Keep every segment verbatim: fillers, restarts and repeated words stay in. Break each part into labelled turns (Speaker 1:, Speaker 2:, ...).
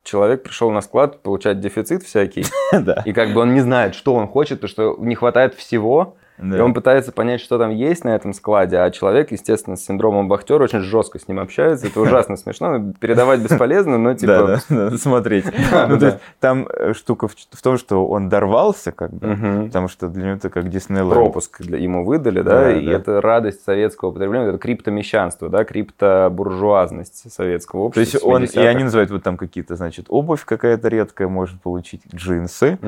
Speaker 1: человек пришел на склад получать дефицит всякий, и как бы он не знает, что он хочет, и что не хватает всего. Да. И он пытается понять, что там есть на этом складе, а человек, естественно, с синдромом Бахтера очень жестко с ним общается. Это ужасно смешно. Передавать бесполезно, но типа...
Speaker 2: Да, да, смотреть. Ну, то есть там штука в том, что он дорвался, как бы, потому что для него это как Диснейленд.
Speaker 1: Пропуск ему выдали, да, и это радость советского потребления, это криптомещанство, да, криптобуржуазность советского общества.
Speaker 2: То есть он, и они называют вот там какие-то, значит, обувь какая-то редкая, может получить джинсы,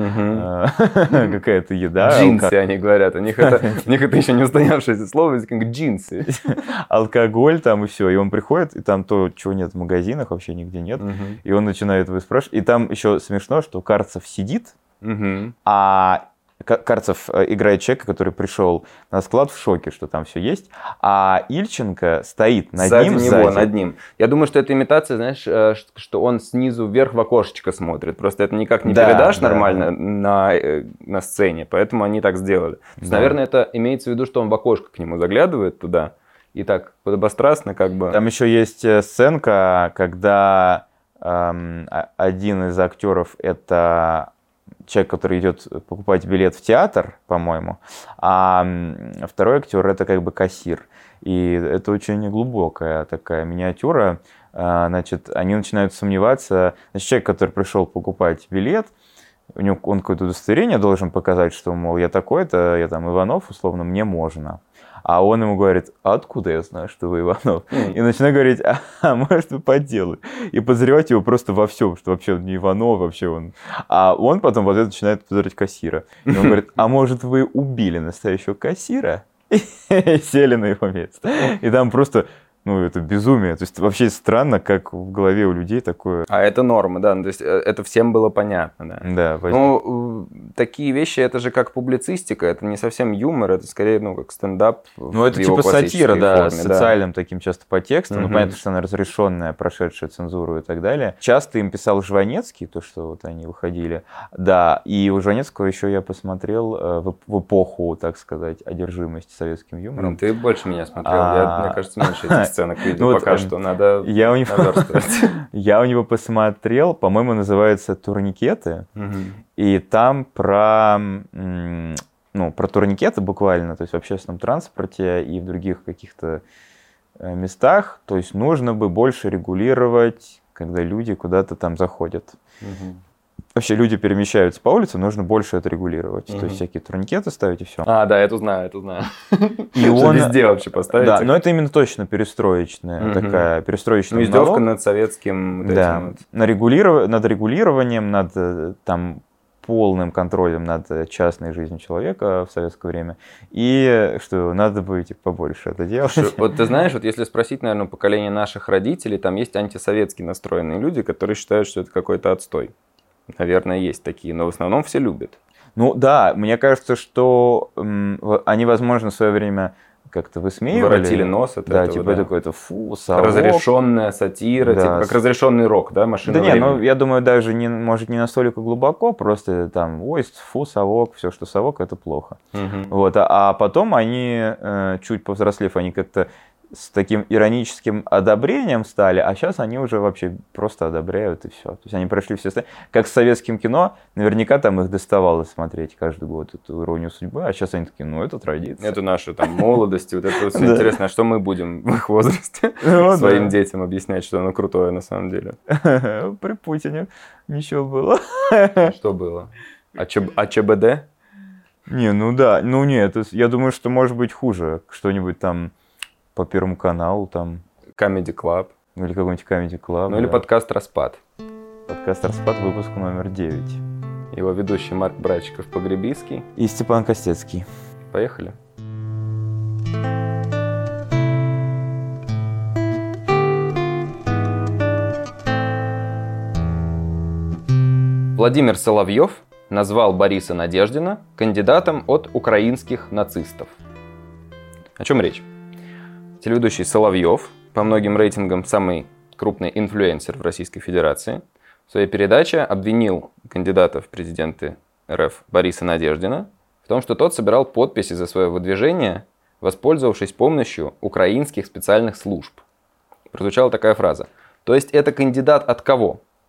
Speaker 2: какая-то еда.
Speaker 1: Джинсы, они говорят, у них Это, у них это еще не устоявшееся слово, как джинсы.
Speaker 2: Алкоголь там и все. И он приходит, и там то, чего нет в магазинах, вообще нигде нет. Угу. И он начинает его спрашивать. И там еще смешно, что Карцев сидит, угу. а Карцев играет человека, который пришел на склад в шоке, что там все есть, а Ильченко стоит над
Speaker 1: сзади
Speaker 2: ним,
Speaker 1: него,
Speaker 2: сзади.
Speaker 1: над ним. Я думаю, что это имитация, знаешь, что он снизу вверх в окошечко смотрит. Просто это никак не да, передашь да, нормально да. На, на сцене, поэтому они так сделали. То есть, да. наверное, это имеется в виду, что он в окошко к нему заглядывает туда и так подобострастно как бы...
Speaker 2: Там еще есть сценка, когда эм, один из актеров это... человек, который идет покупать билет в театр, по-моему, а второй актер это как бы кассир. И это очень глубокая такая миниатюра. Значит, они начинают сомневаться. Значит, человек, который пришел покупать билет, у него он какое-то удостоверение должен показать, что, мол, я такой-то, я там Иванов, условно, мне можно. А он ему говорит, а откуда я знаю, что вы Иванов? Mm. И начинает говорить, а, а может, вы подделали. И подозревать его просто во всем, что вообще он не Иванов, вообще он... А он потом вот это начинает подозревать кассира. И он говорит, а может, вы убили настоящего кассира? И сели на его место. И там просто... Ну, это безумие. То есть, вообще странно, как в голове у людей такое...
Speaker 1: А это норма, да. То есть, это всем было понятно, да.
Speaker 2: Да.
Speaker 1: Ну, такие вещи, это же как публицистика, это не совсем юмор, это скорее, ну, как стендап.
Speaker 2: Ну, это типа сатира, да, форме, с социальным да. таким часто подтекстом. Угу. Ну, понятно, что она разрешенная, прошедшая цензуру и так далее. Часто им писал Жванецкий, то, что вот они выходили. Да, и у Жванецкого еще я посмотрел в, в эпоху, так сказать, одержимости советским юмором.
Speaker 1: Ты больше меня смотрел, а... я, мне кажется, меньше этих сценок видел ну, пока вот, что, надо
Speaker 2: я у, него, я у него посмотрел, по-моему, называется «Турникеты», угу. и там про, ну, про турникеты буквально, то есть в общественном транспорте и в других каких-то местах, то есть нужно бы больше регулировать, когда люди куда-то там заходят. Угу. Вообще люди перемещаются по улице, нужно больше это регулировать. Угу. То есть всякие турникеты ставить и все.
Speaker 1: А, да, эту знаю, эту знаю.
Speaker 2: И он
Speaker 1: везде вообще поставить.
Speaker 2: Да, но это именно точно перестроечная угу. такая перестроечная.
Speaker 1: Ну, издевка над советским. Вот
Speaker 2: да.
Speaker 1: вот.
Speaker 2: На регулиров... Над регулированием, над там полным контролем над частной жизнью человека в советское время. И что надо бы типа, побольше это делать.
Speaker 1: Что, вот ты знаешь, вот если спросить, наверное, поколение наших родителей, там есть антисоветски настроенные люди, которые считают, что это какой-то отстой. Наверное, есть такие, но в основном все любят.
Speaker 2: Ну да, мне кажется, что м, они, возможно, в свое время как-то высмеивали.
Speaker 1: Воротили нос от
Speaker 2: да,
Speaker 1: этого.
Speaker 2: Типа,
Speaker 1: да,
Speaker 2: типа какой-то фу, совок.
Speaker 1: Разрешенная сатира, да. Типа как разрешенный рок, да, машина
Speaker 2: Да нет, ну я думаю, даже не, может не настолько глубоко, просто там, ой, фу, совок, все, что совок, это плохо. Угу. Вот, а, а потом они, э, чуть повзрослев, они как-то с таким ироническим одобрением стали, а сейчас они уже вообще просто одобряют и все. То есть они прошли все... Как с советским кино, наверняка там их доставало смотреть каждый год, эту «Иронию судьбы», а сейчас они такие, ну это традиция.
Speaker 1: Это наша там молодость, вот это все интересно, а что мы будем в их возрасте своим детям объяснять, что оно крутое на самом деле?
Speaker 2: При Путине ничего было.
Speaker 1: Что было? А ЧБД?
Speaker 2: Не, ну да, ну нет, я думаю, что может быть хуже, что-нибудь там по Первому каналу там.
Speaker 1: Comedy Club.
Speaker 2: Или какой-нибудь Comedy Club.
Speaker 1: Ну да. Или подкаст «Распад».
Speaker 2: Подкаст «Распад», выпуск номер девять.
Speaker 1: Его ведущий Марк Братчиков-Погребийский.
Speaker 2: И Степан Костецкий.
Speaker 1: Поехали. Владимир Соловьев назвал Бориса Надеждина кандидатом от украинских нацистов. О чем речь? Телеведущий Соловьев, по многим рейтингам самый крупный инфлюенсер в Российской Федерации, в своей передаче обвинил кандидата в президенты РФ Бориса Надеждина в том, что тот собирал подписи за свое выдвижение, воспользовавшись помощью украинских специальных служб. Прозвучала такая фраза. То есть это кандидат от кого?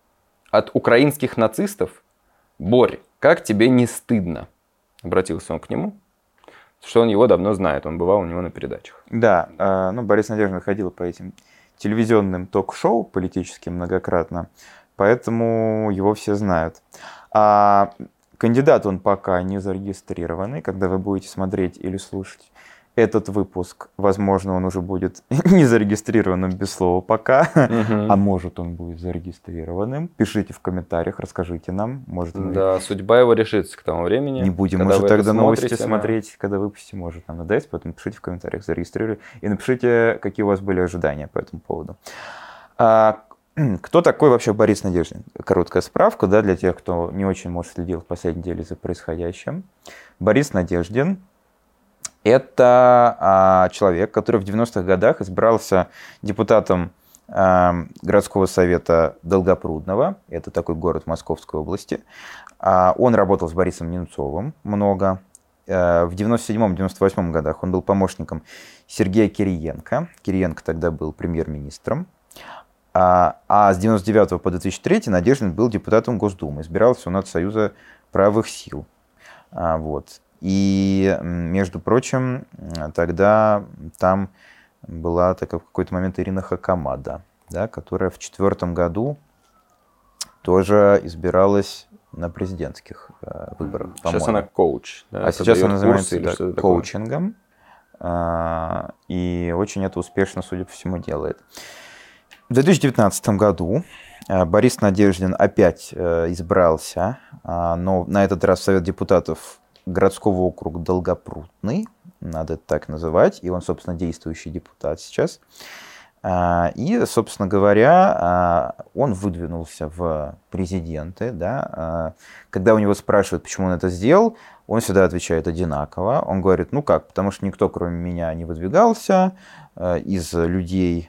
Speaker 1: от украинских нацистов. Борь, как тебе не стыдно? Обратился он к нему, что он его давно знает, он бывал у него на передачах.
Speaker 2: Да, ну, Борис Надеждин ходил по этим телевизионным ток-шоу политическим многократно, поэтому его все знают. А кандидат он пока не зарегистрированный. Когда вы будете смотреть или слушать этот выпуск, возможно, он уже будет не зарегистрированным без слова «пока», угу. А может, он будет зарегистрированным. Пишите в комментариях, расскажите нам. Может, мы...
Speaker 1: Да, судьба его решится к тому времени.
Speaker 2: Не будем, может, тогда новости смотреть, когда выпустим, может, нам надоест, поэтому пишите в комментариях, зарегистрируйте. И напишите, какие у вас были ожидания по этому поводу. А, кто такой вообще Борис Надеждин? Короткая справка, да, для тех, кто не очень, может, следил в последней неделе за происходящим. Борис Надеждин – это а, человек, который в девяностых годах избрался депутатом а, городского совета Долгопрудного. Это такой город в Московской области. А, он работал с Борисом Немцовым много. А, в девяносто седьмом — девяносто восьмом годах он был помощником Сергея Кириенко. Кириенко тогда был премьер-министром. А, а с девяносто девятого по две тысячи третий Надеждин был депутатом Госдумы. Избирался он от Союза правых сил. А, вот. И, между прочим, тогда там была такая, в какой-то момент Ирина Хакамада, да, которая в четвертом году тоже избиралась на президентских э, выборах.
Speaker 1: Сейчас она коуч. Да,
Speaker 2: а сейчас она занимается да, коучингом. Э, и очень это успешно, судя по всему, делает. В две тысячи девятнадцатом году Борис Надеждин опять э, избрался, э, но на этот раз в Совет депутатов городского округа Долгопрудный, надо это так называть, и он, собственно, действующий депутат сейчас. И, собственно говоря, он выдвинулся в президенты. Да. Когда у него спрашивают, почему он это сделал, он всегда отвечает одинаково. Он говорит, ну как, потому что никто, кроме меня, не выдвигался из людей,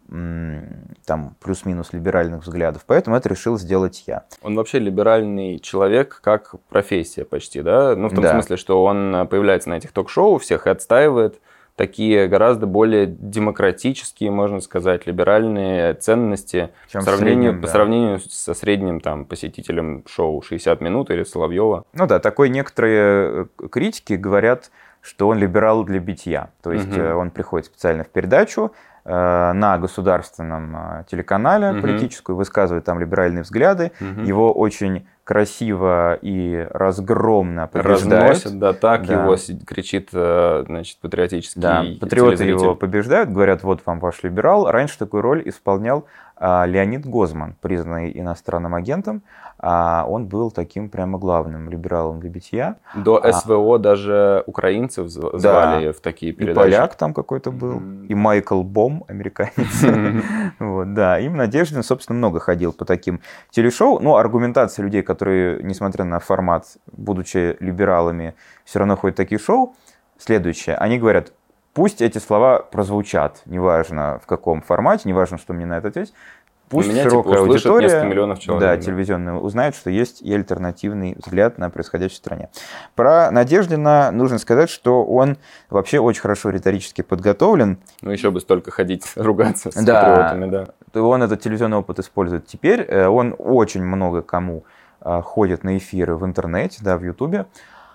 Speaker 2: там, плюс-минус либеральных взглядов, поэтому это решил сделать я.
Speaker 1: Он вообще либеральный человек как профессия почти, да? Ну, в том да. смысле, что он появляется на этих ток-шоу, всех и отстаивает такие гораздо более демократические, можно сказать, либеральные ценности по сравнению, среднем, по да. сравнению со средним там, посетителем шоу «шестьдесят минут» или Соловьева.
Speaker 2: Ну да, такой некоторые критики говорят, что он либерал для битья. То есть угу. он приходит специально в передачу, на государственном телеканале угу. политическую, высказывает там либеральные взгляды. Угу. Его очень красиво и разгромно побеждают.
Speaker 1: Разносят, да, так да. его кричит, значит, патриотический
Speaker 2: да. Патриоты его побеждают, говорят, вот вам ваш либерал. Раньше такую роль исполнял Леонид Гозман, признанный иностранным агентом. Он был таким прямо главным либералом для битья.
Speaker 1: До СВО а, даже украинцев звали да, в такие передачи.
Speaker 2: И поляк там какой-то был, mm-hmm. и Майкл Бом, американец. Mm-hmm. вот, да. Им Надеждин, собственно, много ходил по таким телешоу. Но аргументация людей, которые, несмотря на формат, будучи либералами, все равно ходят в такие шоу, следующее. Они говорят, пусть эти слова прозвучат, неважно в каком формате, неважно, что мне на это ответить. Пусть меня, широкая типа, аудитория,
Speaker 1: миллионов человек,
Speaker 2: да,
Speaker 1: да.
Speaker 2: телевизионная, узнает, что есть и альтернативный взгляд на происходящее в стране. Про Надеждина нужно сказать, что он вообще очень хорошо риторически подготовлен.
Speaker 1: Ну, еще бы столько ходить, ругаться с да. патриотами, да.
Speaker 2: Он этот телевизионный опыт использует теперь. Он очень много кому ходит на эфиры в интернете, да, в Ютубе.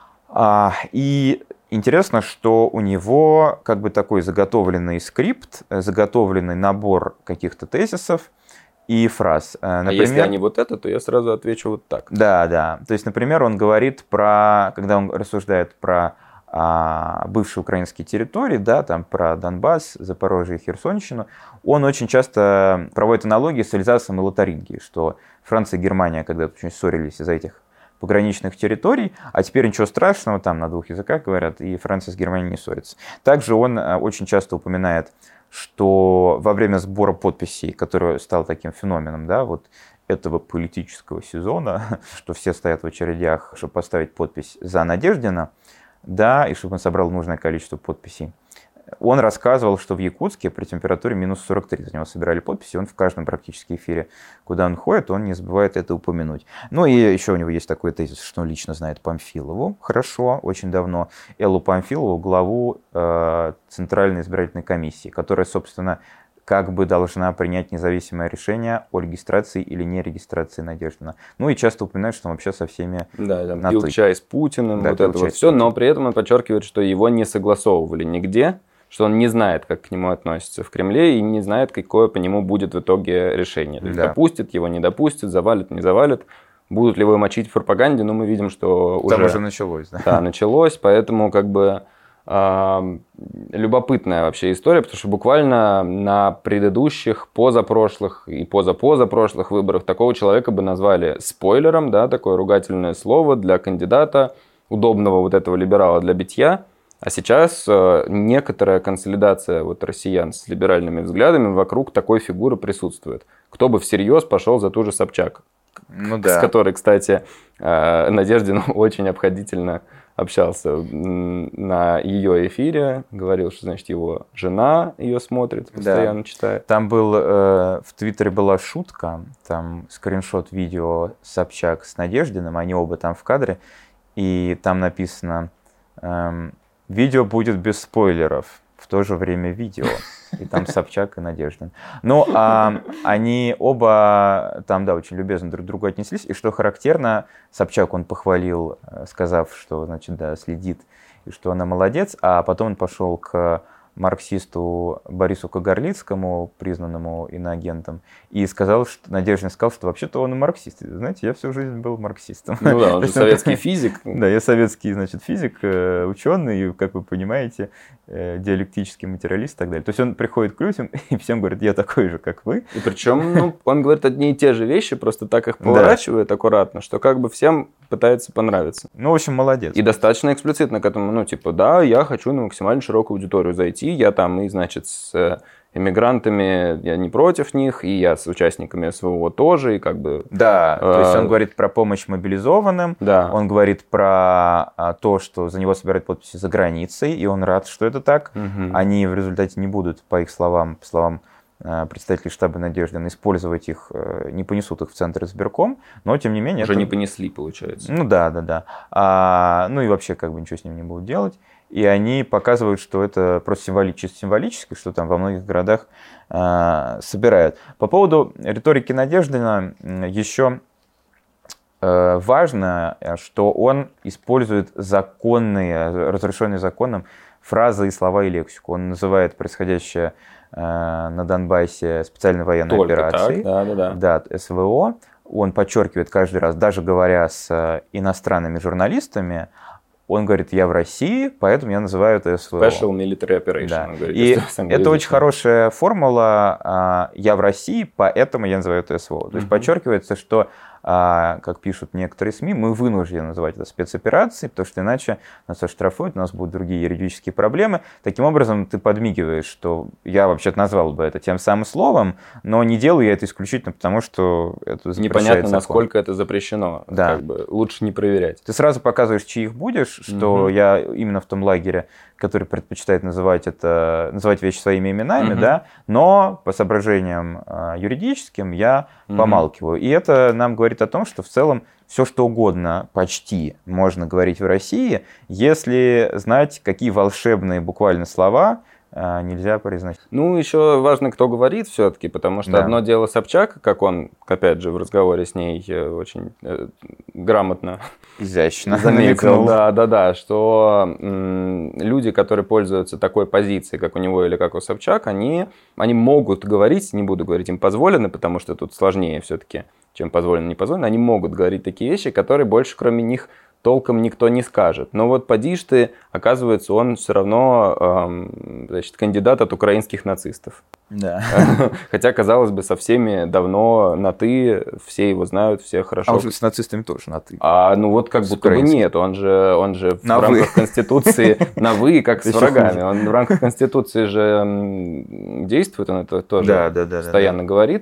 Speaker 2: И интересно, что у него как бы такой заготовленный скрипт, заготовленный набор каких-то тезисов и фраз.
Speaker 1: Например, а если они вот это, то я сразу отвечу вот так.
Speaker 2: Да, да. То есть, например, он говорит про, когда он рассуждает про а, бывшие украинские территории, да, там про Донбасс, Запорожье и Херсонщину, он очень часто проводит аналогии с Эльзасом и Лотарингией, что Франция и Германия когда-то очень ссорились из-за этих пограничных территорий, а теперь ничего страшного, там на двух языках говорят, и Франция с Германией не ссорятся. Также он очень часто упоминает, что во время сбора подписей, который стал таким феноменом, да, вот этого политического сезона, что все стоят в очередях, чтобы поставить подпись за Надеждина, да, и чтобы он собрал нужное количество подписей. Он рассказывал, что в Якутске при температуре минус сорок три за него собирали подписи. Он в каждом практически эфире, куда он ходит, он не забывает это упомянуть. Ну и еще у него есть такой тезис, что он лично знает Памфилову хорошо, очень давно. Эллу Памфилову, главу э, Центральной избирательной комиссии, которая, собственно, как бы должна принять независимое решение о регистрации или не регистрации Надеждина. Ну и часто упоминает, что он вообще со всеми
Speaker 1: Да, там,
Speaker 2: на
Speaker 1: пил
Speaker 2: «ты».
Speaker 1: чай с Путиным,
Speaker 2: Да,
Speaker 1: вот
Speaker 2: пил
Speaker 1: это
Speaker 2: чай
Speaker 1: вот
Speaker 2: с
Speaker 1: все, но
Speaker 2: Путиным.
Speaker 1: при этом он подчеркивает, что его не согласовывали нигде, что он не знает, как к нему относятся в Кремле, и не знает, какое по нему будет в итоге решение. То есть
Speaker 2: Да.
Speaker 1: допустит его, не допустит, завалит, не завалит. Будут ли его мочить в пропаганде, но мы видим, что
Speaker 2: Там
Speaker 1: уже,
Speaker 2: уже началось, да?
Speaker 1: да, началось, поэтому как бы э, любопытная вообще история, потому что буквально на предыдущих, позапрошлых и позапозапрошлых выборах такого человека бы назвали спойлером, да, такое ругательное слово для кандидата, удобного вот этого либерала для битья. А сейчас э, некоторая консолидация вот россиян с либеральными взглядами вокруг такой фигуры присутствует. Кто бы всерьез пошел за ту же Собчак,
Speaker 2: Ну
Speaker 1: с
Speaker 2: да.
Speaker 1: которой, кстати, э, Надеждин очень обходительно общался на ее эфире, говорил, что, значит, его жена ее смотрит, постоянно
Speaker 2: Да.
Speaker 1: читает.
Speaker 2: Там был, э, в Твиттере была шутка, там скриншот видео Собчак с Надеждиным, они оба там в кадре, и там написано... эм, видео будет без спойлеров, в то же время видео. И там Собчак и Надеждин. Ну, а они оба там, да, очень любезно друг к другу отнеслись. И что характерно, Собчак он похвалил, сказав, что, значит, да, следит, и что она молодец. А потом он пошел к марксисту Борису Кагарлицкому, признанному иноагентом, и сказал, что Надеждин сказал, что вообще-то он и марксист. Знаете, я всю жизнь был марксистом.
Speaker 1: Ну да, он же советский физик.
Speaker 2: Да, я советский, значит, физик, ученый, и, как вы понимаете, диалектический материалист и так далее. То есть он приходит к людям и всем говорит, я такой же, как вы.
Speaker 1: И причем, ну, он говорит одни и те же вещи, просто так их поворачивает, да, аккуратно, что как бы всем пытается понравиться.
Speaker 2: Ну, в общем, молодец.
Speaker 1: И достаточно эксплицитно к этому, ну, типа, да, я хочу на максимально широкую аудиторию зайти, я там и, значит, с эмигрантами, я не против них, и я с участниками СВО тоже, и как бы...
Speaker 2: Да,
Speaker 1: э,
Speaker 2: то есть он говорит про помощь мобилизованным,
Speaker 1: да.
Speaker 2: Он говорит про то, что за него собирают подписи за границей, и он рад, что это так.
Speaker 1: Угу.
Speaker 2: Они в результате не будут, по их словам, по словам представителей штаба Надеждина, использовать их, не понесут их в центр избирком, но тем не менее...
Speaker 1: Уже
Speaker 2: это...
Speaker 1: не понесли, получается.
Speaker 2: Ну да, да, да. А, ну и вообще как бы ничего с ним не будут делать. И они показывают, что это просто символически, символически, что там во многих городах а, собирают. По поводу риторики Надеждина еще а, важно, что он использует законные, разрешенные законом фразы и слова и лексику. Он называет происходящее на Донбассе специальной военной
Speaker 1: Только
Speaker 2: операцией,
Speaker 1: так, да, да, да.
Speaker 2: Да, СВО. Он подчеркивает каждый раз, даже говоря с иностранными журналистами, он говорит, я в России, поэтому я называю это СВО.
Speaker 1: Special Military Operation.
Speaker 2: Да.
Speaker 1: Он говорит,
Speaker 2: и это очень хорошая формула, я в России, поэтому я называю это СВО. То есть mm-hmm. подчеркивается, что, как пишут некоторые СМИ, мы вынуждены называть это спецоперацией, потому что иначе нас оштрафуют, у нас будут другие юридические проблемы. Таким образом, ты подмигиваешь, что я вообще-то назвал бы это тем самым словом, но не делаю я это исключительно потому, что это запрещает
Speaker 1: непонятно,
Speaker 2: закон.
Speaker 1: Насколько это запрещено.
Speaker 2: Да.
Speaker 1: Как бы лучше не проверять.
Speaker 2: Ты сразу показываешь, чьих будешь, что угу. я именно в том лагере, который предпочитает называть, это, называть вещи своими именами, угу. да, но по соображениям э, юридическим я угу. помалкиваю. И это нам говорит о том, что в целом все, что угодно почти можно говорить в России, если знать, какие волшебные буквально слова нельзя произносить.
Speaker 1: Ну, еще важно, кто говорит все-таки, потому что да. одно дело Собчак, как он, опять же, в разговоре с ней очень э, грамотно,
Speaker 2: изящно
Speaker 1: заметил, да, да, да, что м, люди, которые пользуются такой позицией, как у него или как у Собчак, они, они могут говорить, не буду говорить, им позволено, потому что тут сложнее все-таки, чем позволено, не позволено, они могут говорить такие вещи, которые больше, кроме них, толком никто не скажет. Но вот поди ж ты, оказывается, он все равно эм, значит, кандидат от украинских нацистов.
Speaker 2: Да.
Speaker 1: Хотя, казалось бы, со всеми давно на «ты», все его знают, все хорошо.
Speaker 2: А он с нацистами тоже на «ты».
Speaker 1: А ну вот как
Speaker 2: с
Speaker 1: будто бы нет, он же, он же в рамках Конституции на «вы», как с врагами. Он в рамках Конституции же действует, он это тоже постоянно говорит.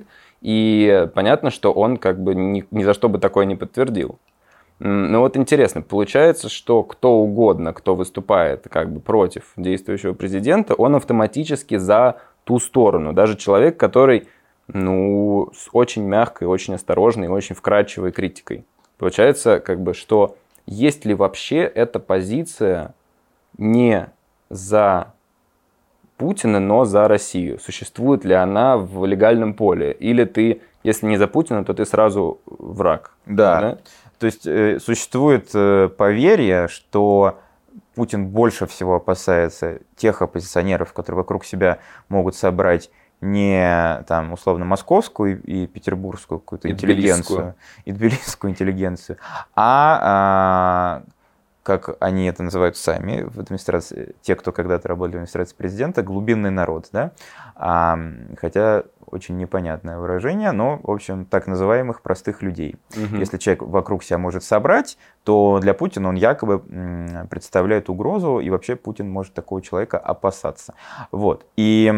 Speaker 1: И понятно, что он как бы ни, ни за что бы такое не подтвердил. Ну вот интересно, получается, что кто угодно, кто выступает как бы против действующего президента, он автоматически за ту сторону. Даже человек, который ну, с очень мягкой, очень осторожной, очень вкрадчивой критикой. Получается, как бы, что есть ли вообще эта позиция не за Путина, но за Россию. Существует ли она в легальном поле? Или ты, если не за Путина, то ты сразу враг?
Speaker 2: Да. да? То есть э, существует э, поверье, что Путин больше всего опасается тех оппозиционеров, которые вокруг себя могут собрать не там, условно, московскую и петербургскую какую-то интеллигенцию, и тбилисскую интеллигенцию, а, а как они это называют сами в администрации, те, кто когда-то работали в администрации президента, глубинный народ, да? А, хотя очень непонятное выражение, но, в общем, так называемых простых людей. Угу. Если человек вокруг себя может собрать, то для Путина он якобы представляет угрозу, и вообще Путин может такого человека опасаться. Вот. И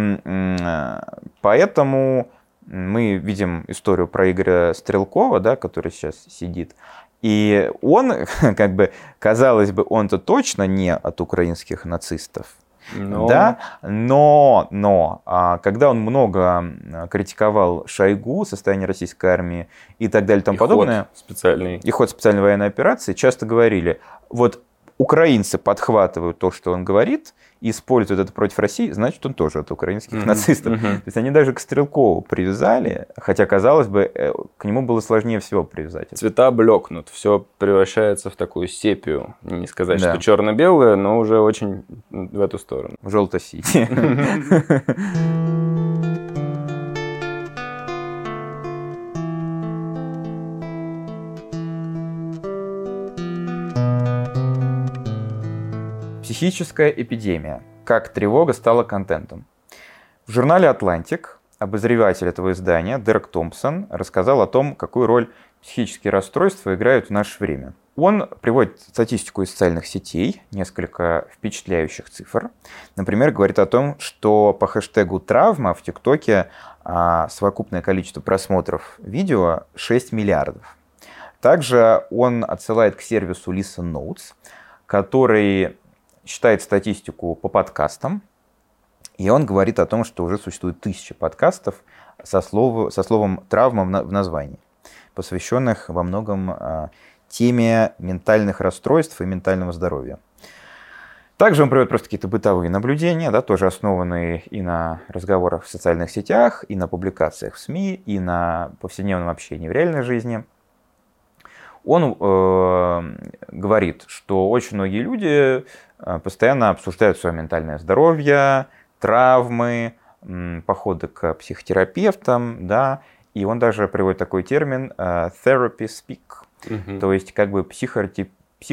Speaker 2: поэтому мы видим историю про Игоря Стрелкова, да, который сейчас сидит. И он, как бы, казалось бы, он-то точно не от украинских нацистов. Но... Да? Но, но когда он много критиковал Шойгу, состояние российской армии и так далее и тому и подобное,
Speaker 1: ход специальный.
Speaker 2: и ход специальной военной операции, часто говорили, вот украинцы подхватывают то, что он говорит, и используют это против России, значит, он тоже от украинских mm-hmm. нацистов. Mm-hmm. То есть они даже к Стрелкову привязали, хотя, казалось бы, к нему было сложнее всего привязать.
Speaker 1: Цвета блекнут, все превращается в такую сепию. Не сказать,
Speaker 2: да.
Speaker 1: что черно-белое, но уже очень в эту сторону.
Speaker 2: Желто-синий. Психическая эпидемия. Как тревога стала контентом. В журнале «Атлантик» обозреватель этого издания Дерек Томпсон рассказал о том, какую роль психические расстройства играют в наше время. Он приводит статистику из социальных сетей, несколько впечатляющих цифр. Например, говорит о том, что по хэштегу «травма» в ТикТоке совокупное количество просмотров видео шесть миллиардов. Также он отсылает к сервису Listen Notes, который считает статистику по подкастам, и он говорит о том, что уже существует тысяча подкастов со, слову, со словом «травма» в названии, посвященных во многом теме ментальных расстройств и ментального здоровья. Также он приводит просто какие-то бытовые наблюдения, да, тоже основанные и на разговорах в социальных сетях, и на публикациях в СМИ, и на повседневном общении в реальной жизни. Он э, говорит, что очень многие люди постоянно обсуждают свое ментальное здоровье, травмы, походы к психотерапевтам, да, и он даже приводит такой термин therapy speak, угу. то есть как бы психотерапевтический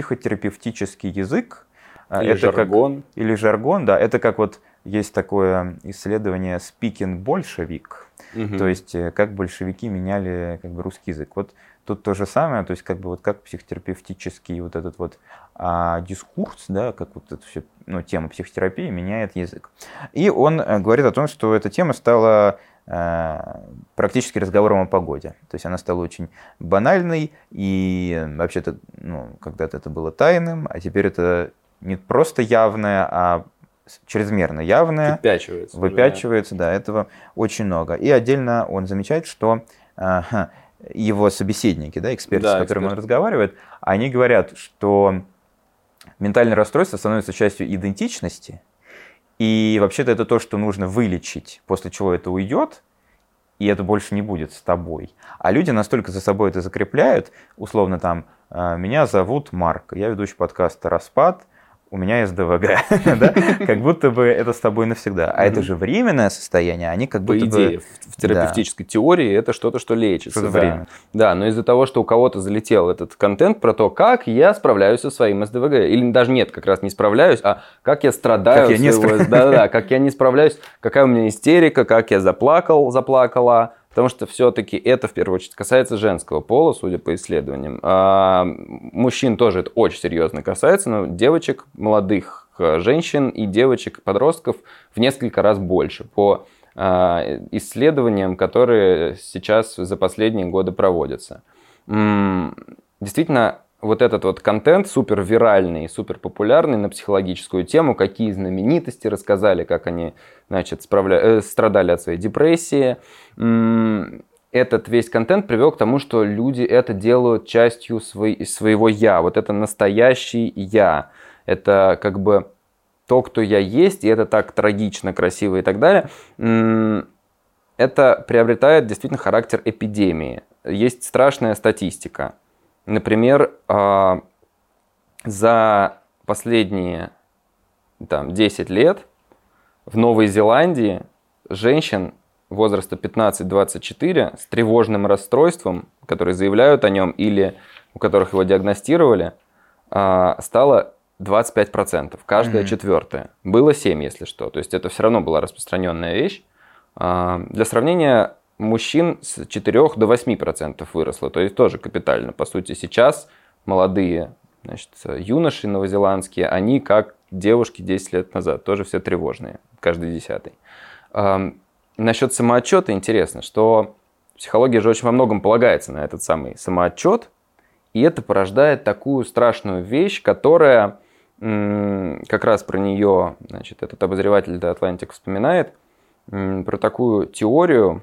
Speaker 2: язык.
Speaker 1: Или
Speaker 2: это
Speaker 1: жаргон.
Speaker 2: Как, или жаргон, да, это как вот есть такое исследование speaking большевик, угу. то есть как большевики меняли как бы русский язык. Вот тут то же самое, то есть как бы вот как психотерапевтический вот этот вот а, дискурс, да, как вот эта все, ну, тема психотерапии меняет язык. И он говорит о том, что эта тема стала а, практически разговором о погоде. То есть она стала очень банальной, и вообще-то, ну, когда-то это было тайным, а теперь это не просто явное, а чрезмерно явное.
Speaker 1: Выпячивается.
Speaker 2: Выпячивается, уже, да. да, этого очень много. И отдельно он замечает, что а, его собеседники, да, эксперты, да, с которыми эксперт. он разговаривает, они говорят, что ментальное расстройство становится частью идентичности, и вообще-то это то, что нужно вылечить, после чего это уйдет, и это больше не будет с тобой. А люди настолько за собой это закрепляют, условно там, меня зовут Марк, я ведущий подкаста «Распад», у меня есть ДВГ, да? Как будто бы это с тобой навсегда. А mm-hmm. это же временное состояние, они как
Speaker 1: По
Speaker 2: будто
Speaker 1: идее,
Speaker 2: бы...
Speaker 1: в терапевтической да. теории это что-то, что лечится.
Speaker 2: Что-то
Speaker 1: да.
Speaker 2: время.
Speaker 1: Да, но из-за того, что у кого-то залетел этот контент про то, как я справляюсь со своим СДВГ. Или даже нет, как раз не справляюсь, а как я страдаю.
Speaker 2: Как я не справляюсь.
Speaker 1: Да-да, как я не справляюсь, какая у меня истерика, как я заплакал, заплакала. Потому что все-таки это, в первую очередь, касается женского пола, судя по исследованиям. А мужчин тоже это очень серьезно касается, но девочек, молодых женщин и девочек-подростков в несколько раз больше по а, исследованиям, которые сейчас за последние годы проводятся. М-м, действительно, вот этот вот контент супер виральный, супер популярный на психологическую тему, какие знаменитости рассказали, как они, значит, справля... э, страдали от своей депрессии. М-м, этот весь контент привел к тому, что люди это делают частью свой... своего «я». Вот это настоящий «я». Это как бы то, кто я есть, и это так трагично, красиво и так далее, это приобретает действительно характер эпидемии. Есть страшная статистика. Например, за последние там, десять лет в Новой Зеландии женщин возраста пятнадцать-двадцать четыре с тревожным расстройством, которые заявляют о нем или у которых его диагностировали, стало двадцать пять процентов, каждая mm-hmm. четвертая. Было семь, если что. То есть это все равно была распространенная вещь. Для сравнения, мужчин с четырёх до восьми процентов выросло, то есть тоже капитально. По сути, сейчас молодые, значит, юноши новозеландские, они как девушки десять лет назад, тоже все тревожные, каждый десятый. Насчет самоотчета интересно, что психология же очень во многом полагается на этот самый самоотчет, и это порождает такую страшную вещь, которая, как раз про нее, значит, этот обозреватель The Atlantic вспоминает, про такую теорию,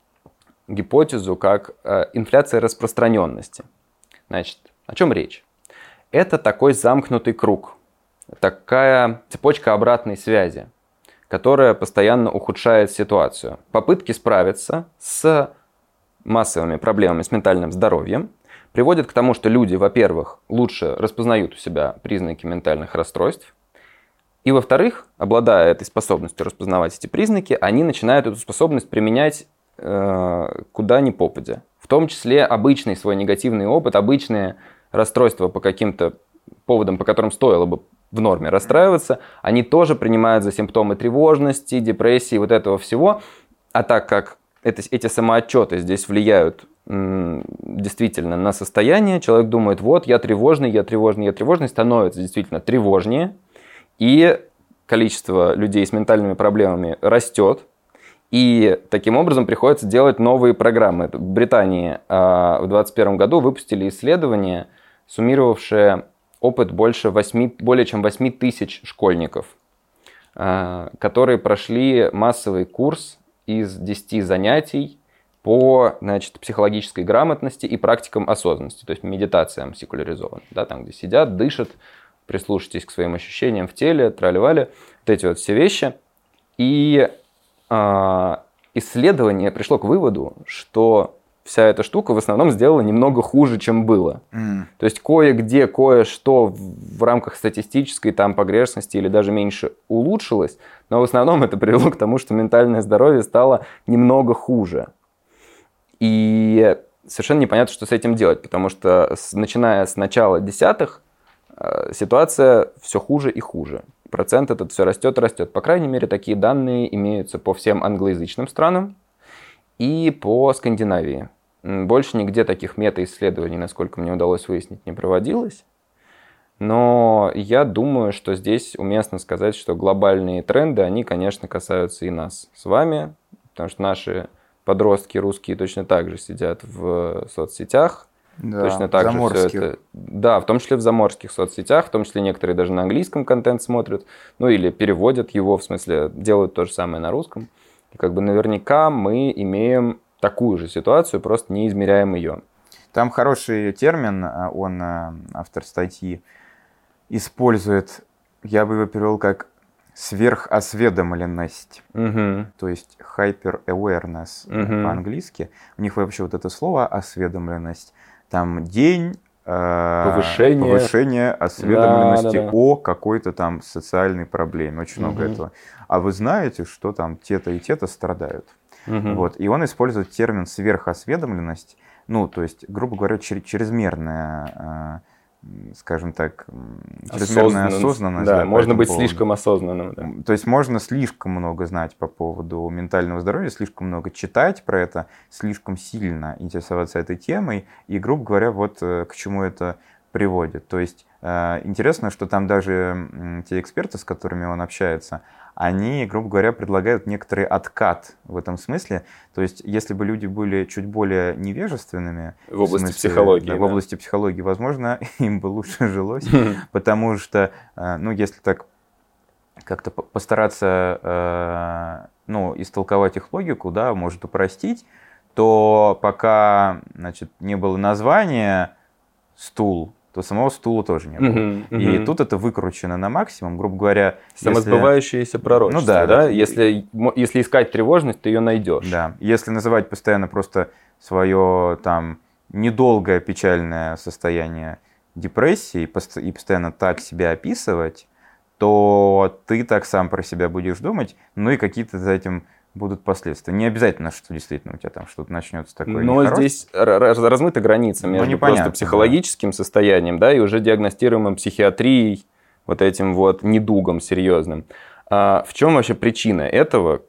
Speaker 1: гипотезу, как инфляция распространенности. Значит, о чем речь? Это такой замкнутый круг, такая цепочка обратной связи, которая постоянно ухудшает ситуацию. Попытки справиться с массовыми проблемами с ментальным здоровьем приводят к тому, что люди, во-первых, лучше распознают у себя признаки ментальных расстройств, и, во-вторых, обладая этой способностью распознавать эти признаки, они начинают эту способность применять э, куда ни попадя. В том числе обычный свой негативный опыт, обычные расстройства по каким-то поводам, по которым стоило бы в норме расстраиваться, они тоже принимают за симптомы тревожности, депрессии, вот этого всего. А так как это, эти самоотчеты здесь влияют м, действительно на состояние, человек думает, вот, я тревожный, я тревожный, я тревожный, становится действительно тревожнее, и количество людей с ментальными проблемами растет, и таким образом приходится делать новые программы. В Британии э, в двадцать первом году выпустили исследование, суммировавшее опыт больше восьми, более чем восемь тысяч школьников, э, которые прошли массовый курс из десяти занятий по, значит, психологической грамотности и практикам осознанности, то есть медитациям секуляризованным, да, там, где сидят, дышат, прислушайтесь к своим ощущениям в теле, трали-вали, вот эти вот все вещи. И э, исследование пришло к выводу, что вся эта штука в основном сделала немного хуже, чем было. Mm. То есть кое-где, кое-что в рамках статистической там погрешности или даже меньше улучшилось, но в основном это привело к тому, что ментальное здоровье стало немного хуже. И совершенно непонятно, что с этим делать, потому что с, начиная с начала десятых ситуация все хуже и хуже. Процент этот все растет и растет. По крайней мере, такие данные имеются по всем англоязычным странам и по Скандинавии. Больше нигде таких мета-исследований, насколько мне удалось выяснить, не проводилось. Но я думаю, что здесь уместно сказать, что глобальные тренды, они, конечно, касаются и нас с вами, потому что наши подростки русские точно так же сидят в соцсетях.
Speaker 2: Да,
Speaker 1: точно так же
Speaker 2: заморских.
Speaker 1: все это. Да, в том числе в заморских соцсетях, в том числе некоторые даже на английском контент смотрят, ну или переводят его, в смысле делают то же самое на русском. И как бы наверняка мы имеем такую же ситуацию, просто не измеряем ее.
Speaker 2: Там хороший термин, он, автор статьи, использует, я бы его перевел как сверхосведомленность,
Speaker 1: угу.
Speaker 2: то есть hyper awareness угу. по-английски. У них вообще вот это слово осведомленность, там день
Speaker 1: повышение,
Speaker 2: повышение осведомленности
Speaker 1: да, да, да.
Speaker 2: о какой-то там социальной проблеме, очень
Speaker 1: угу.
Speaker 2: много этого. А вы знаете, что там те-то и те-то страдают.
Speaker 1: Угу.
Speaker 2: Вот. И он использует термин сверхосведомленность, ну, то есть, грубо говоря, чрезмерная, скажем так, чрезмерная осознанность. осознанность
Speaker 1: да,
Speaker 2: да,
Speaker 1: можно быть
Speaker 2: поводу.
Speaker 1: слишком осознанным. Да.
Speaker 2: То есть можно слишком много знать по поводу ментального здоровья, слишком много читать про это, слишком сильно интересоваться этой темой, и, грубо говоря, вот к чему это приводит. То есть интересно, что там даже те эксперты, с которыми он общается, они, грубо говоря, предлагают некоторый откат в этом смысле. То есть, если бы люди были чуть более невежественными
Speaker 1: в области
Speaker 2: в смысле,
Speaker 1: психологии,
Speaker 2: да,
Speaker 1: да.
Speaker 2: в области психологии, возможно, им бы лучше жилось, потому что, ну, если так как-то постараться, ну, истолковать их логику, да, может упростить, то пока, значит, не было названия стул, то самого стула тоже не было.
Speaker 1: Uh-huh, uh-huh.
Speaker 2: И тут это выкручено на максимум, грубо говоря.
Speaker 1: Самосбывающееся если... пророчество, ну, да, да? да. Если, если искать тревожность, ты ее найдешь.
Speaker 2: Да, если называть постоянно просто свое там недолгое печальное состояние депрессии и постоянно так себя описывать, то ты так сам про себя будешь думать, ну и какие-то за этим будут последствия. Не обязательно, что действительно у тебя там что-то начнется такое.
Speaker 1: Но нехорошее. Здесь размыта граница между просто психологическим да. состоянием, да, и уже диагностируемым психиатрией, вот этим вот недугом серьезным. А в чем вообще причина этого?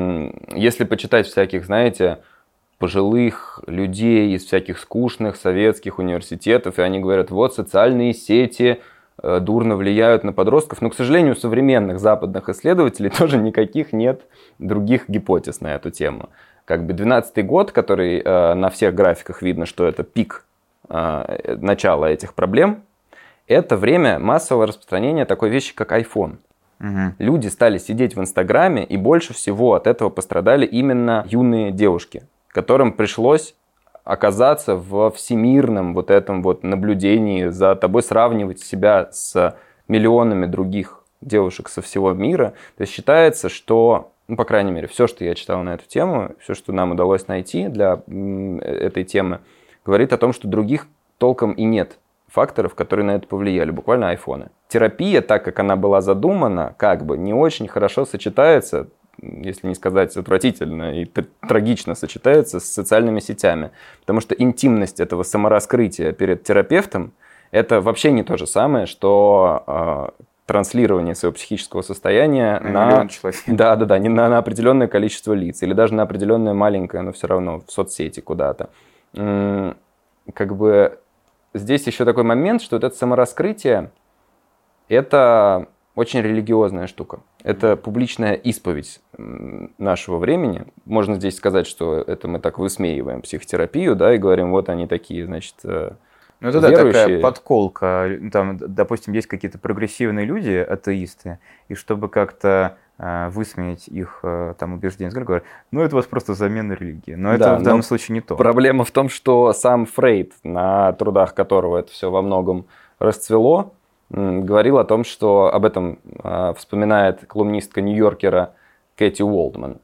Speaker 1: Если почитать всяких, знаете, пожилых людей из всяких скучных советских университетов, и они говорят, вот социальные сети дурно влияют на подростков, но, к сожалению, у современных западных исследователей тоже никаких нет других гипотез на эту тему. Как бы двенадцатый год, который э, на всех графиках видно, что это пик э, начала этих проблем, это время массового распространения такой вещи, как iPhone. Угу. Люди стали сидеть в Инстаграме, и больше всего от этого пострадали именно юные девушки, которым пришлось оказаться во всемирном вот этом вот наблюдении за тобой, сравнивать себя с миллионами других девушек со всего мира. То есть считается, что, ну, по крайней мере, все, что я читал на эту тему, все, что нам удалось найти для этой темы, говорит о том, что других толком и нет факторов, которые на это повлияли, буквально айфоны. Терапия, так как она была задумана, как бы не очень хорошо сочетается, если не сказать отвратительно и трагично сочетается с социальными сетями. Потому что интимность этого самораскрытия перед терапевтом – это вообще не то же самое, что э, транслирование своего психического состояния на, на, да, да, да, не на, на определенное количество лиц или даже на определенное маленькое, но все равно в соцсети куда-то. М-м, как бы здесь еще такой момент, что вот это самораскрытие – это очень религиозная штука. Это публичная исповедь нашего времени. Можно здесь сказать, что это мы так высмеиваем психотерапию, да, и говорим, вот они такие, значит,
Speaker 2: ну, это да, такая подколка. Там, допустим, есть какие-то прогрессивные люди, атеисты, и чтобы как-то э, высмеять их э, там убеждения, говорят, ну, это у вас просто замена религии. Но это да, в данном случае не то.
Speaker 1: Проблема в том, что сам Фрейд, на трудах которого это все во многом расцвело, говорил о том, что об этом э, вспоминает колумнистка Нью-Йоркера Кэти Уолдман,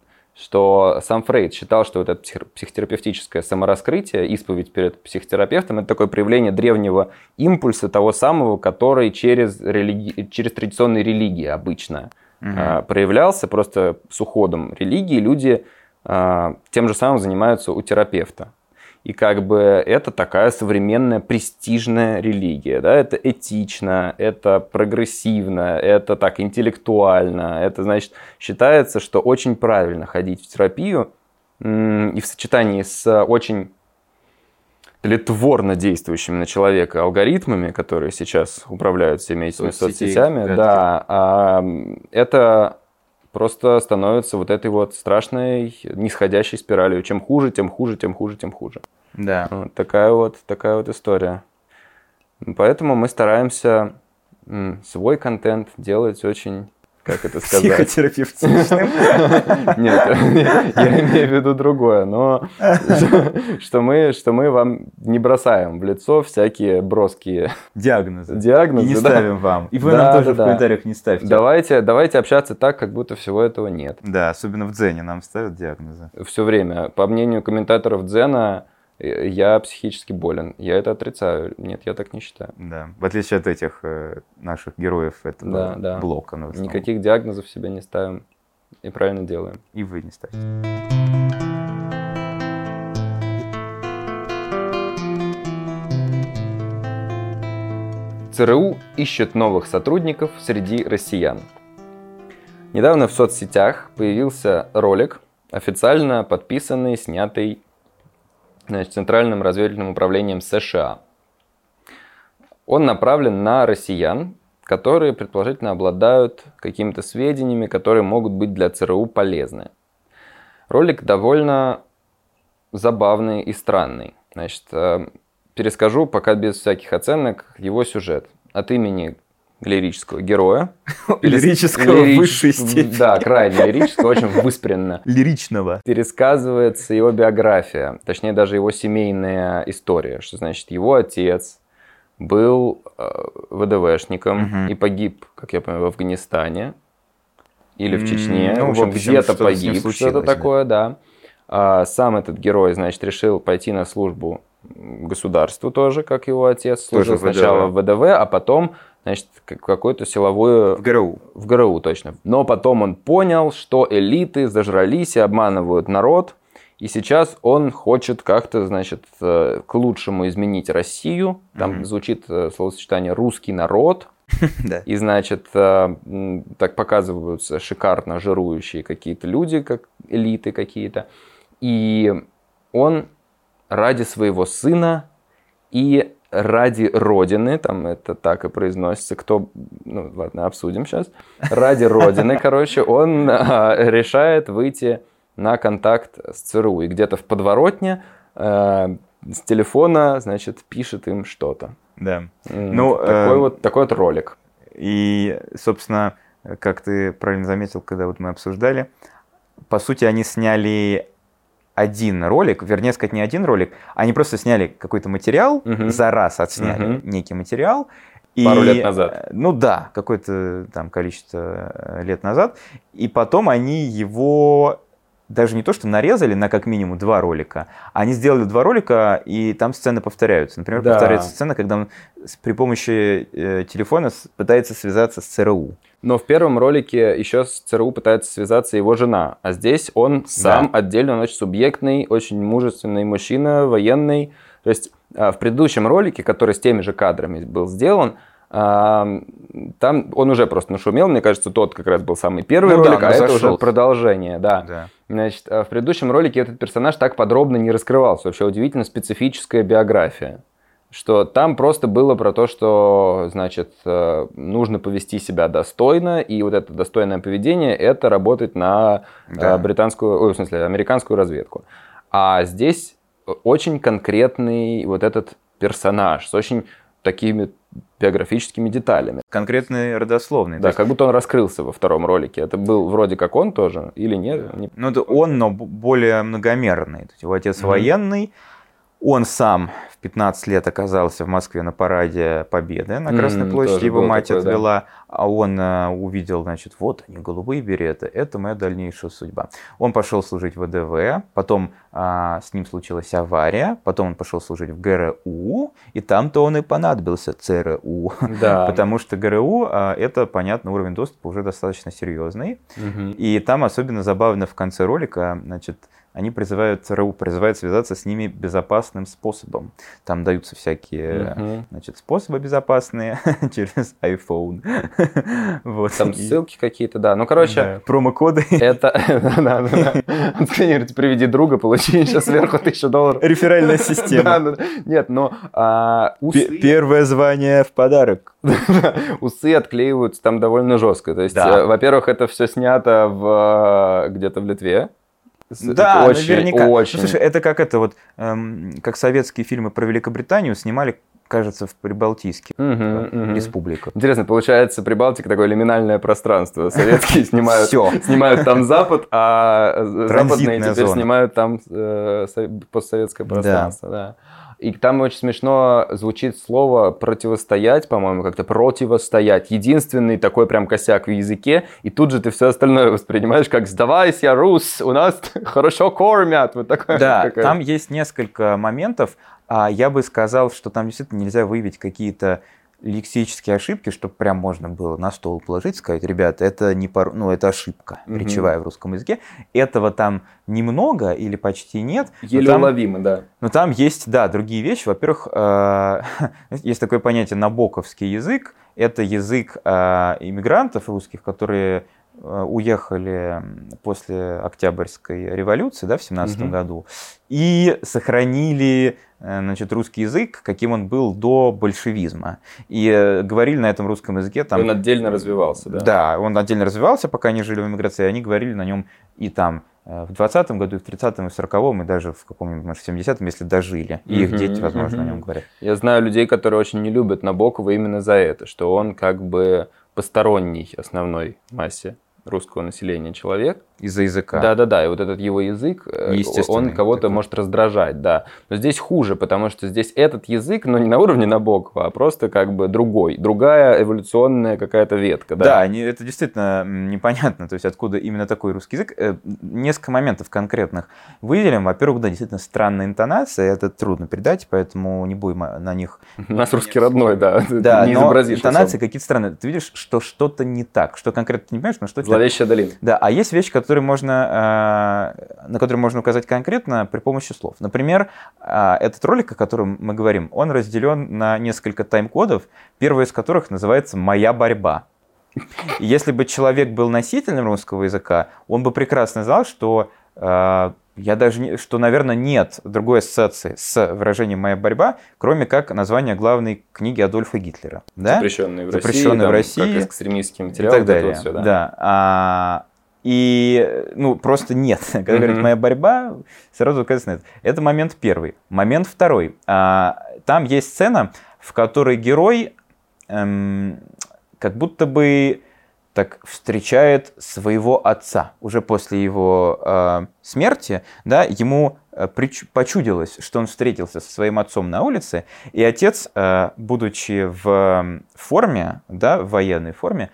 Speaker 1: что сам Фрейд считал, что вот это психотерапевтическое самораскрытие, исповедь перед психотерапевтом, это такое проявление древнего импульса, того самого, который через, религи... через традиционные религии обычно угу. э, проявлялся. Просто с уходом религии люди э, тем же самым занимаются у терапевта. И как бы это такая современная престижная религия, да, это этично, это прогрессивно, это так интеллектуально, это, значит, считается, что очень правильно ходить в терапию и в сочетании с очень тлетворно действующими на человека алгоритмами, которые сейчас управляют всеми этими Соцсетей, соцсетями, да, это просто становится вот этой вот страшной нисходящей спиралью. Чем хуже, тем хуже, тем хуже, тем хуже.
Speaker 2: Да.
Speaker 1: Вот такая вот, такая вот история. Поэтому мы стараемся свой контент делать очень, как это сказать?
Speaker 2: Психотерапевтичным?
Speaker 1: Нет, я имею в виду другое, но что мы, что мы вам не бросаем в лицо всякие броские
Speaker 2: диагнозы.
Speaker 1: диагнозы
Speaker 2: и не
Speaker 1: да?
Speaker 2: ставим вам. И вы
Speaker 1: да,
Speaker 2: нам тоже
Speaker 1: да,
Speaker 2: в комментариях не ставьте.
Speaker 1: Давайте, давайте общаться так, как будто всего этого нет.
Speaker 2: Да, особенно в Дзене нам ставят диагнозы.
Speaker 1: Все время. По мнению комментаторов Дзена, я психически болен. Я это отрицаю. Нет, я так не считаю.
Speaker 2: Да. В отличие от этих э, наших героев этого
Speaker 1: да, да.
Speaker 2: блока.
Speaker 1: Никаких диагнозов себе не ставим. И правильно делаем.
Speaker 2: И вы не ставите.
Speaker 1: ЦРУ ищет новых сотрудников среди россиян. Недавно в соцсетях появился ролик, официально подписанный, снятый, значит, Центральным разведывательным управлением США. Он направлен на россиян, которые, предположительно, обладают какими-то сведениями, которые могут быть для ЦРУ полезны. Ролик довольно забавный и странный. Значит, перескажу пока без всяких оценок его сюжет. От имени лирического героя.
Speaker 2: Лирического в высшей степени.
Speaker 1: Да, крайне лирического, очень выспренно.
Speaker 2: Лиричного.
Speaker 1: Пересказывается его биография, точнее даже его семейная история, что значит его отец был э, ВДВшником
Speaker 2: Мгм.
Speaker 1: и погиб, как я понимаю, в Афганистане или в Чечне.
Speaker 2: Ну,
Speaker 1: в общем,
Speaker 2: в общем,
Speaker 1: где-то
Speaker 2: что-то с ним
Speaker 1: погиб,
Speaker 2: случилось,
Speaker 1: что-то
Speaker 2: да.
Speaker 1: такое, да. А сам этот герой, значит, решил пойти на службу государству тоже, как его отец служил
Speaker 2: Тоже в
Speaker 1: сначала
Speaker 2: ВДВ.
Speaker 1: в ВДВ, а потом, значит, как- какую-то силовую...
Speaker 2: В ГРУ.
Speaker 1: В ГРУ, точно. Но потом он понял, что элиты зажрались и обманывают народ, и сейчас он хочет как-то, значит, э, к лучшему изменить Россию. Там
Speaker 2: Мгм.
Speaker 1: звучит э, словосочетание «русский народ»,
Speaker 2: Да.
Speaker 1: и, значит, э, м, так показываются шикарно жирующие какие-то люди, как элиты какие-то. И он ради своего сына и ради Родины, там это так и произносится, кто, ну ладно, обсудим сейчас, ради Родины, короче, он а, решает выйти на контакт с ЦРУ. И где-то в подворотне а, с телефона, значит, пишет им что-то.
Speaker 2: Да.
Speaker 1: М,
Speaker 2: Ну,
Speaker 1: такой,
Speaker 2: э,
Speaker 1: вот, такой вот ролик.
Speaker 2: И, собственно, как ты правильно заметил, когда вот мы обсуждали, по сути, они сняли один ролик, вернее сказать, не один ролик, они просто сняли какой-то материал,
Speaker 1: Мгм.
Speaker 2: за раз отсняли
Speaker 1: Мгм.
Speaker 2: некий материал.
Speaker 1: Пару
Speaker 2: и,
Speaker 1: лет назад.
Speaker 2: э, Ну да, какое-то там количество э, лет назад. И потом они его даже не то, что нарезали на как минимум два ролика, они сделали два ролика, и там сцены повторяются. Например,
Speaker 1: Да.
Speaker 2: повторяется сцена, когда он с- при помощи э, телефона с- пытается связаться с ЦРУ.
Speaker 1: Но в первом ролике еще с ЦРУ пытается связаться его жена, а здесь он сам отдельно, он очень субъектный, очень мужественный мужчина, военный. То есть а, в предыдущем ролике, который с теми же кадрами был сделан, а, там он уже просто нашумел, мне кажется, тот как раз был самый первый
Speaker 2: Ну да,
Speaker 1: ролик,
Speaker 2: он
Speaker 1: а это
Speaker 2: разошелся.
Speaker 1: уже продолжение, да.
Speaker 2: Да.
Speaker 1: Значит, а в предыдущем ролике этот персонаж так подробно не раскрывался, вообще удивительно специфическая биография. Что там просто было про то, что, значит, э, нужно повести себя достойно, и вот это достойное поведение, это работать на э,
Speaker 2: Да.
Speaker 1: британскую, ой, в смысле, американскую разведку. А здесь очень конкретный вот этот персонаж с очень такими биографическими деталями.
Speaker 2: Конкретный родословный. То
Speaker 1: Да,
Speaker 2: есть,
Speaker 1: как будто он раскрылся во втором ролике. Это был вроде как он тоже или нет? Не-
Speaker 2: ну, это он, но б- более многомерный. То есть его отец
Speaker 1: Мгм.
Speaker 2: военный. Он сам в пятнадцать лет оказался в Москве на параде Победы на Красной
Speaker 1: М,
Speaker 2: площади.
Speaker 1: тоже
Speaker 2: Его
Speaker 1: было
Speaker 2: мать
Speaker 1: такое, да.
Speaker 2: отвела, а он э, увидел, значит, вот они, голубые береты. Это моя дальнейшая судьба. Он пошел служить в ВДВ, потом а, с ним случилась авария, потом он пошел служить в ГРУ, и там-то он и понадобился ЦРУ.
Speaker 1: Да.
Speaker 2: Потому что ГРУ а, это, понятно, уровень доступа уже достаточно серьезный.
Speaker 1: Мгм.
Speaker 2: И там особенно забавно в конце ролика, значит, они призывают ЦРУ, призывают связаться с ними безопасным способом. Там даются всякие,
Speaker 1: Мгм.
Speaker 2: значит, способы безопасные через iPhone. Вот.
Speaker 1: Там
Speaker 2: И-
Speaker 1: ссылки какие-то, да. Ну, короче,
Speaker 2: да, промокоды.
Speaker 1: это... Да, да, да. Отсканируйте, приведи друга, получи сейчас сверху тысячу долларов.
Speaker 2: Реферальная
Speaker 1: Да,
Speaker 2: система.
Speaker 1: да, да. Нет, но а,
Speaker 2: Пе-
Speaker 1: усы,
Speaker 2: Первое звание в подарок.
Speaker 1: усы отклеиваются там довольно жестко. То есть,
Speaker 2: Да.
Speaker 1: э, во-первых, это все снято в, э, где-то в Литве. С-
Speaker 2: Да,
Speaker 1: очень,
Speaker 2: наверняка. Ну,
Speaker 1: очень.
Speaker 2: слушай, это как это вот, эм, как советские фильмы про Великобританию снимали, кажется, в Прибалтийских
Speaker 1: Мгм, мгм.
Speaker 2: республиках.
Speaker 1: Интересно, получается, Прибалтика такое лиминальное пространство. Советские снимают,
Speaker 2: Всё.
Speaker 1: снимают там Запад, а западные
Speaker 2: Транзитная
Speaker 1: теперь
Speaker 2: зона.
Speaker 1: снимают там э, со- постсоветское
Speaker 2: Да.
Speaker 1: пространство. Да. И там очень смешно звучит слово «противостоять», по-моему, как-то «противостоять». Единственный такой прям косяк в языке, и тут же ты все остальное воспринимаешь как «сдавайся, Рус, у нас хорошо кормят». Вот такое.
Speaker 2: Да,
Speaker 1: какое-
Speaker 2: там есть несколько моментов. А я бы сказал, что там действительно нельзя выявить какие-то лексические ошибки, чтобы прям можно было на стол положить, сказать, ребята, это не пор... ну, это ошибка
Speaker 1: Мгм.
Speaker 2: речевая в русском языке. Этого там немного или почти нет. но
Speaker 1: Еле
Speaker 2: там-
Speaker 1: уловимо, да.
Speaker 2: Но там есть, да, другие вещи. Во-первых, э, есть такое понятие набоковский язык. Это язык э, иммигрантов русских, которые э, уехали после Октябрьской революции, да, в семнадцатом
Speaker 1: Мгм.
Speaker 2: году, и сохранили э, значит, русский язык, каким он был до большевизма. И э, говорили на этом русском языке там...
Speaker 1: Он отдельно развивался, да.
Speaker 2: Да, он отдельно развивался, пока они жили в эмиграции, и они говорили на нем и там э, в двадцатом году, и в тридцатом, и в сороковом, и даже в каком-нибудь, может, в семидесятом, если дожили. И их
Speaker 1: Мгм,
Speaker 2: дети, возможно,
Speaker 1: мгм.
Speaker 2: на нем говорят.
Speaker 1: Я знаю людей, которые очень не любят Набокова именно за это, что он как бы посторонний основной массе русского населения человек.
Speaker 2: Из-за языка.
Speaker 1: Да-да-да, и вот этот его язык, он кого-то
Speaker 2: такой.
Speaker 1: может раздражать, да. Но здесь хуже, потому что здесь этот язык, но не на уровне Набокова, а просто как бы другой, другая эволюционная какая-то ветка. Да,
Speaker 2: да, это действительно непонятно, то есть откуда именно такой русский язык. Несколько моментов конкретных выделим. Во-первых, да, действительно странная интонация, это трудно передать, поэтому не будем на них...
Speaker 1: У нас русский родной, да,
Speaker 2: да, не изобразишь. Интонации какие-то странные. Ты видишь, что что-то не так, что конкретно ты не понимаешь, но что-то...
Speaker 1: Зловещая долина.
Speaker 2: Да, а есть вещи, которые можно, на которые можно указать конкретно при помощи слов. Например, этот ролик, о котором мы говорим, он разделен на несколько тайм-кодов, первый из которых называется «Моя борьба». И если бы человек был носителем русского языка, он бы прекрасно знал, что я даже не, что, наверное, нет другой ассоциации с выражением «моя борьба», кроме как названия главной книги Адольфа Гитлера. Да?
Speaker 1: Запрещенной в
Speaker 2: Запрещенной
Speaker 1: России,
Speaker 2: в России.
Speaker 1: Как экстремистский материал.
Speaker 2: И так далее.
Speaker 1: Вот все, да.
Speaker 2: Да. А, и, ну, просто нет. Когда mm-hmm. говорят «моя борьба», сразу указывается на это. Это момент первый. Момент второй. А, там есть сцена, в которой герой эм, как будто бы так встречает своего отца. Уже после его э, смерти, да, ему э, прич- почудилось, что он встретился со своим отцом на улице, и отец, э, будучи в форме, да, в военной форме,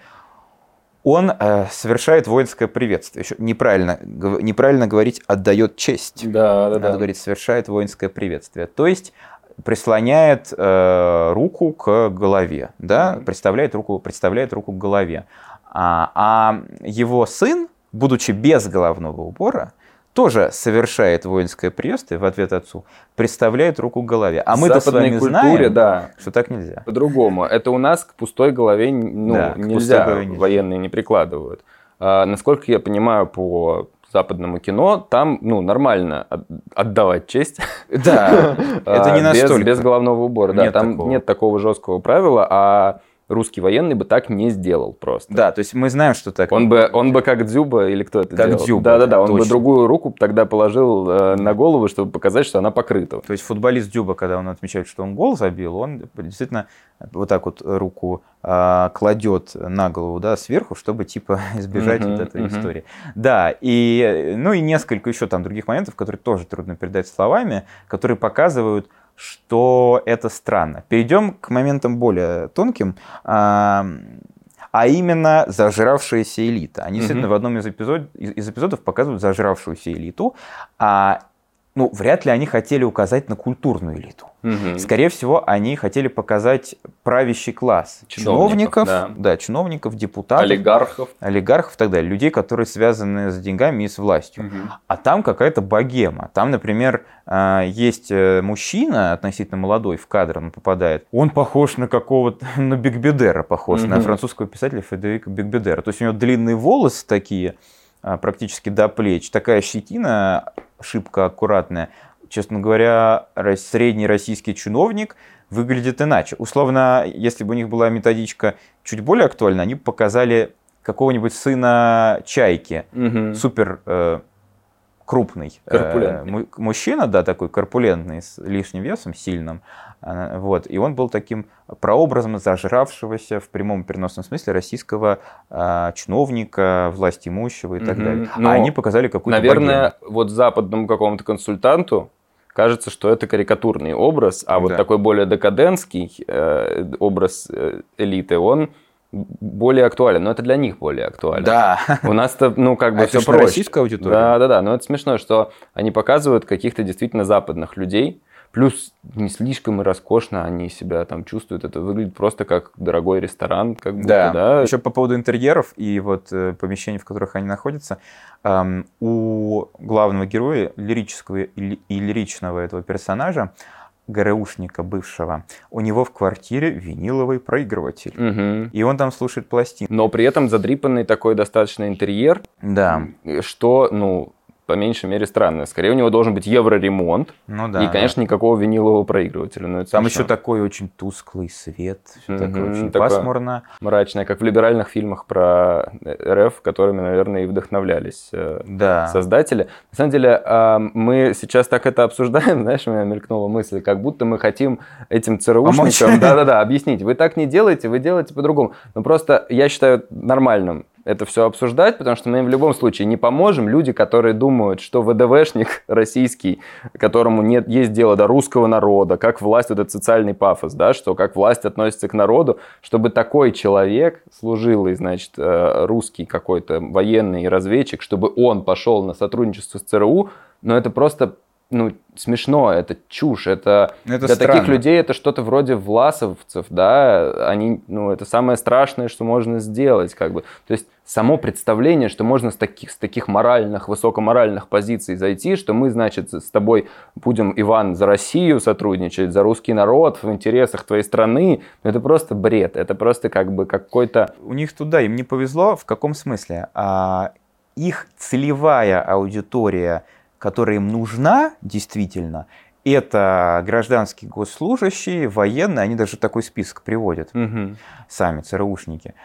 Speaker 2: он э, совершает воинское приветствие. Еще неправильно, г- неправильно говорить «отдает честь».
Speaker 1: Да, да,
Speaker 2: Надо
Speaker 1: да.
Speaker 2: говорить «совершает воинское приветствие». То есть прислоняет э, руку к голове, да, mm-hmm. представляет руку, представляет руку к голове. А, а его сын, будучи без головного убора, тоже совершает воинское приветствие в ответ отцу, представляет руку к голове. А мы-то с вами
Speaker 1: культуре,
Speaker 2: знаем,
Speaker 1: да,
Speaker 2: что так нельзя.
Speaker 1: По-другому. Это у нас к пустой голове, ну,
Speaker 2: да,
Speaker 1: нельзя,
Speaker 2: голове нельзя,
Speaker 1: военные не прикладывают. А, насколько я понимаю по западному кино, там, ну, нормально отдавать честь.
Speaker 2: Да, это не настолько.
Speaker 1: Без головного убора, да, там нет такого жесткого правила, а русский военный бы так не сделал просто.
Speaker 2: Да, то есть мы знаем, что так.
Speaker 1: Он бы, он бы как Дзюба или кто это
Speaker 2: как
Speaker 1: делал?
Speaker 2: Как Дзюба.
Speaker 1: Да-да-да, он
Speaker 2: точно.
Speaker 1: бы другую руку тогда положил э, на голову, чтобы показать, что она покрыта.
Speaker 2: То есть футболист Дзюба, когда он отмечает, что он гол забил, он действительно вот так вот руку э, кладет на голову, да, сверху, чтобы типа избежать uh-huh, вот этой uh-huh. истории. Да, и, ну и несколько еще там других моментов, которые тоже трудно передать словами, которые показывают, что это странно. Перейдем к моментам более тонким, а, а именно зажравшаяся элита. Они действительно mm-hmm. в одном из, эпизод, из, из эпизодов показывают зажравшуюся элиту, а ну, вряд ли они хотели указать на культурную элиту. Угу. Скорее всего, они хотели показать правящий класс чиновников, чиновников, да. Да, чиновников, депутатов,
Speaker 1: олигархов.
Speaker 2: олигархов и так далее. Людей, которые связаны с деньгами и с властью. Угу. А там какая-то богема. Там, например, есть мужчина, относительно молодой, в кадр он попадает. Он похож на какого-то, на Бекбедера, похож угу. на французского писателя Фредерика Бекбедера. То есть у него длинные волосы такие, практически до плеч, такая щетина шибко аккуратная. Честно говоря, средний российский чиновник выглядит иначе. Условно, если бы у них была методичка чуть более актуальна, они бы показали какого-нибудь сына Чайки, угу. супер э, крупный э, мужчина, да, такой корпулентный, с лишним весом, сильным. Э, вот, и он был таким прообразом зажравшегося в прямом переносном смысле российского э, чиновника, властимущего и так угу. далее.
Speaker 1: Но,
Speaker 2: а они показали какую-то
Speaker 1: наверное,
Speaker 2: богему.
Speaker 1: Вот западному какому-то консультанту кажется, что это карикатурный образ, а да. вот такой более декадентский э, образ э, элиты, он более актуален, но это для них более актуален.
Speaker 2: Да.
Speaker 1: У нас-то, ну, как бы
Speaker 2: а
Speaker 1: все
Speaker 2: это
Speaker 1: проще.
Speaker 2: Российская аудитория.
Speaker 1: Да, да, да. Но это смешно, что они показывают каких-то действительно западных людей, плюс не слишком и роскошно они себя там чувствуют. Это выглядит просто как дорогой ресторан, как будто,
Speaker 2: да.
Speaker 1: да.
Speaker 2: Еще по поводу интерьеров и вот э, помещений, в которых они находятся, эм, у главного героя, лирического и, и лиричного этого персонажа, ГРУшника бывшего, у него в квартире виниловый проигрыватель.
Speaker 1: Угу.
Speaker 2: И он там слушает пластинки.
Speaker 1: Но при этом задрипанный такой достаточно интерьер,
Speaker 2: да.
Speaker 1: что, ну, по меньшей мере странно. Скорее, у него должен быть евроремонт.
Speaker 2: Ну, да,
Speaker 1: и, конечно, да. никакого винилового проигрывателя. Но это
Speaker 2: там
Speaker 1: смешно.
Speaker 2: еще такой очень тусклый свет, все mm-hmm, такое очень
Speaker 1: такое
Speaker 2: пасмурно.
Speaker 1: Мрачное, как в либеральных фильмах про РФ, которыми, наверное, и вдохновлялись
Speaker 2: да.
Speaker 1: создатели. На самом деле, мы сейчас так это обсуждаем, знаешь, у меня мелькнула мысль, как будто мы хотим этим ЦРУшникам да-да-да, объяснить. Вы так не делаете, вы делаете по-другому. Но просто я считаю нормальным это все обсуждать, потому что мы им в любом случае не поможем. Люди, которые думают, что ВДВшник российский, которому нет, есть дело до русского народа, как власть, вот этот социальный пафос, да, что как власть относится к народу, чтобы такой человек, служилый, значит, русский какой-то военный разведчик, чтобы он пошел на сотрудничество с ЦРУ, но это просто... Ну, смешно, это чушь, это,
Speaker 2: это
Speaker 1: для
Speaker 2: странно.
Speaker 1: Таких людей это что-то вроде власовцев, да, они, ну, это самое страшное, что можно сделать, как бы, то есть само представление, что можно с таких, с таких моральных, высокоморальных позиций зайти, что мы, значит, с тобой будем, Иван, за Россию сотрудничать, за русский народ, в интересах твоей страны, это просто бред, это просто как бы какой-то...
Speaker 2: У них туда, им не повезло, в каком смысле? А, их целевая аудитория, которая им нужна действительно, это гражданские госслужащие, военные, они даже такой список приводят, угу. сами ЦРУшники.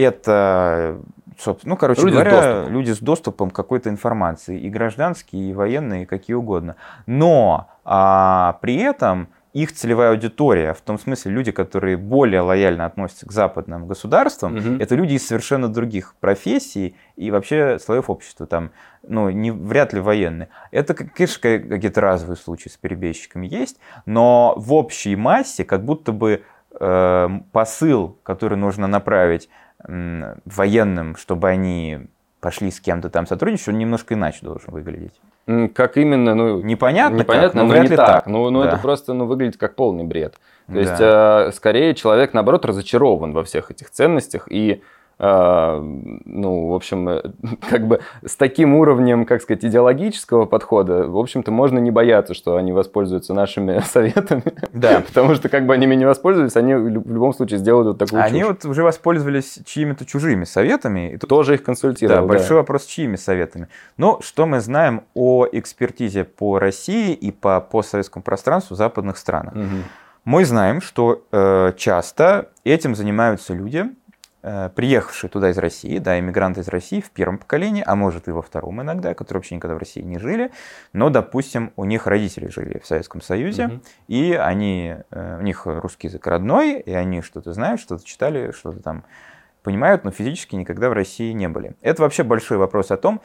Speaker 2: Это, собственно, ну, короче люди говоря, с люди с доступом к какой-то информации, и гражданские, и военные, и какие угодно. Но а, при этом их целевая аудитория, в том смысле люди, которые более лояльно относятся к западным государствам, угу. это люди из совершенно других профессий и вообще слоев общества, там, ну, не, вряд ли военные. Это, конечно, какие-то разовые случаи с перебежчиками есть, но в общей массе как будто бы э, посыл, который нужно направить э, военным, чтобы они пошли с кем-то там сотрудничать, он немножко иначе должен выглядеть.
Speaker 1: Как именно, ну,
Speaker 2: непонятно,
Speaker 1: непонятно,
Speaker 2: как,
Speaker 1: но,
Speaker 2: но
Speaker 1: не
Speaker 2: так.
Speaker 1: так. Ну, ну
Speaker 2: да.
Speaker 1: это просто ну, выглядит как полный бред. То
Speaker 2: да.
Speaker 1: есть, э, скорее, человек, наоборот, разочарован во всех этих ценностях и, э, ну, в общем, как бы с таким уровнем, как сказать, идеологического подхода, в общем-то, можно не бояться, что они воспользуются нашими советами.
Speaker 2: Да.
Speaker 1: Потому что, как бы они ими не воспользовались, они в любом случае сделают вот такую
Speaker 2: Они
Speaker 1: чушь.
Speaker 2: вот уже воспользовались чьими-то чужими советами.
Speaker 1: И тоже их консультировал.
Speaker 2: Да,
Speaker 1: да,
Speaker 2: большой вопрос, чьими советами. Но что мы знаем о экспертизе по России и по постсоветскому пространству в западных странах?
Speaker 1: Угу.
Speaker 2: Мы знаем, что э, часто этим занимаются люди, э, приехавшие туда из России, да, иммигранты из России в первом поколении, а может и во втором иногда, которые вообще никогда в России не жили, но, допустим, у них родители жили в Советском Союзе, угу. и они, э, у них русский язык родной, и они что-то знают, что-то читали, что-то там понимают, но физически никогда в России не были. Это вообще большой вопрос о том,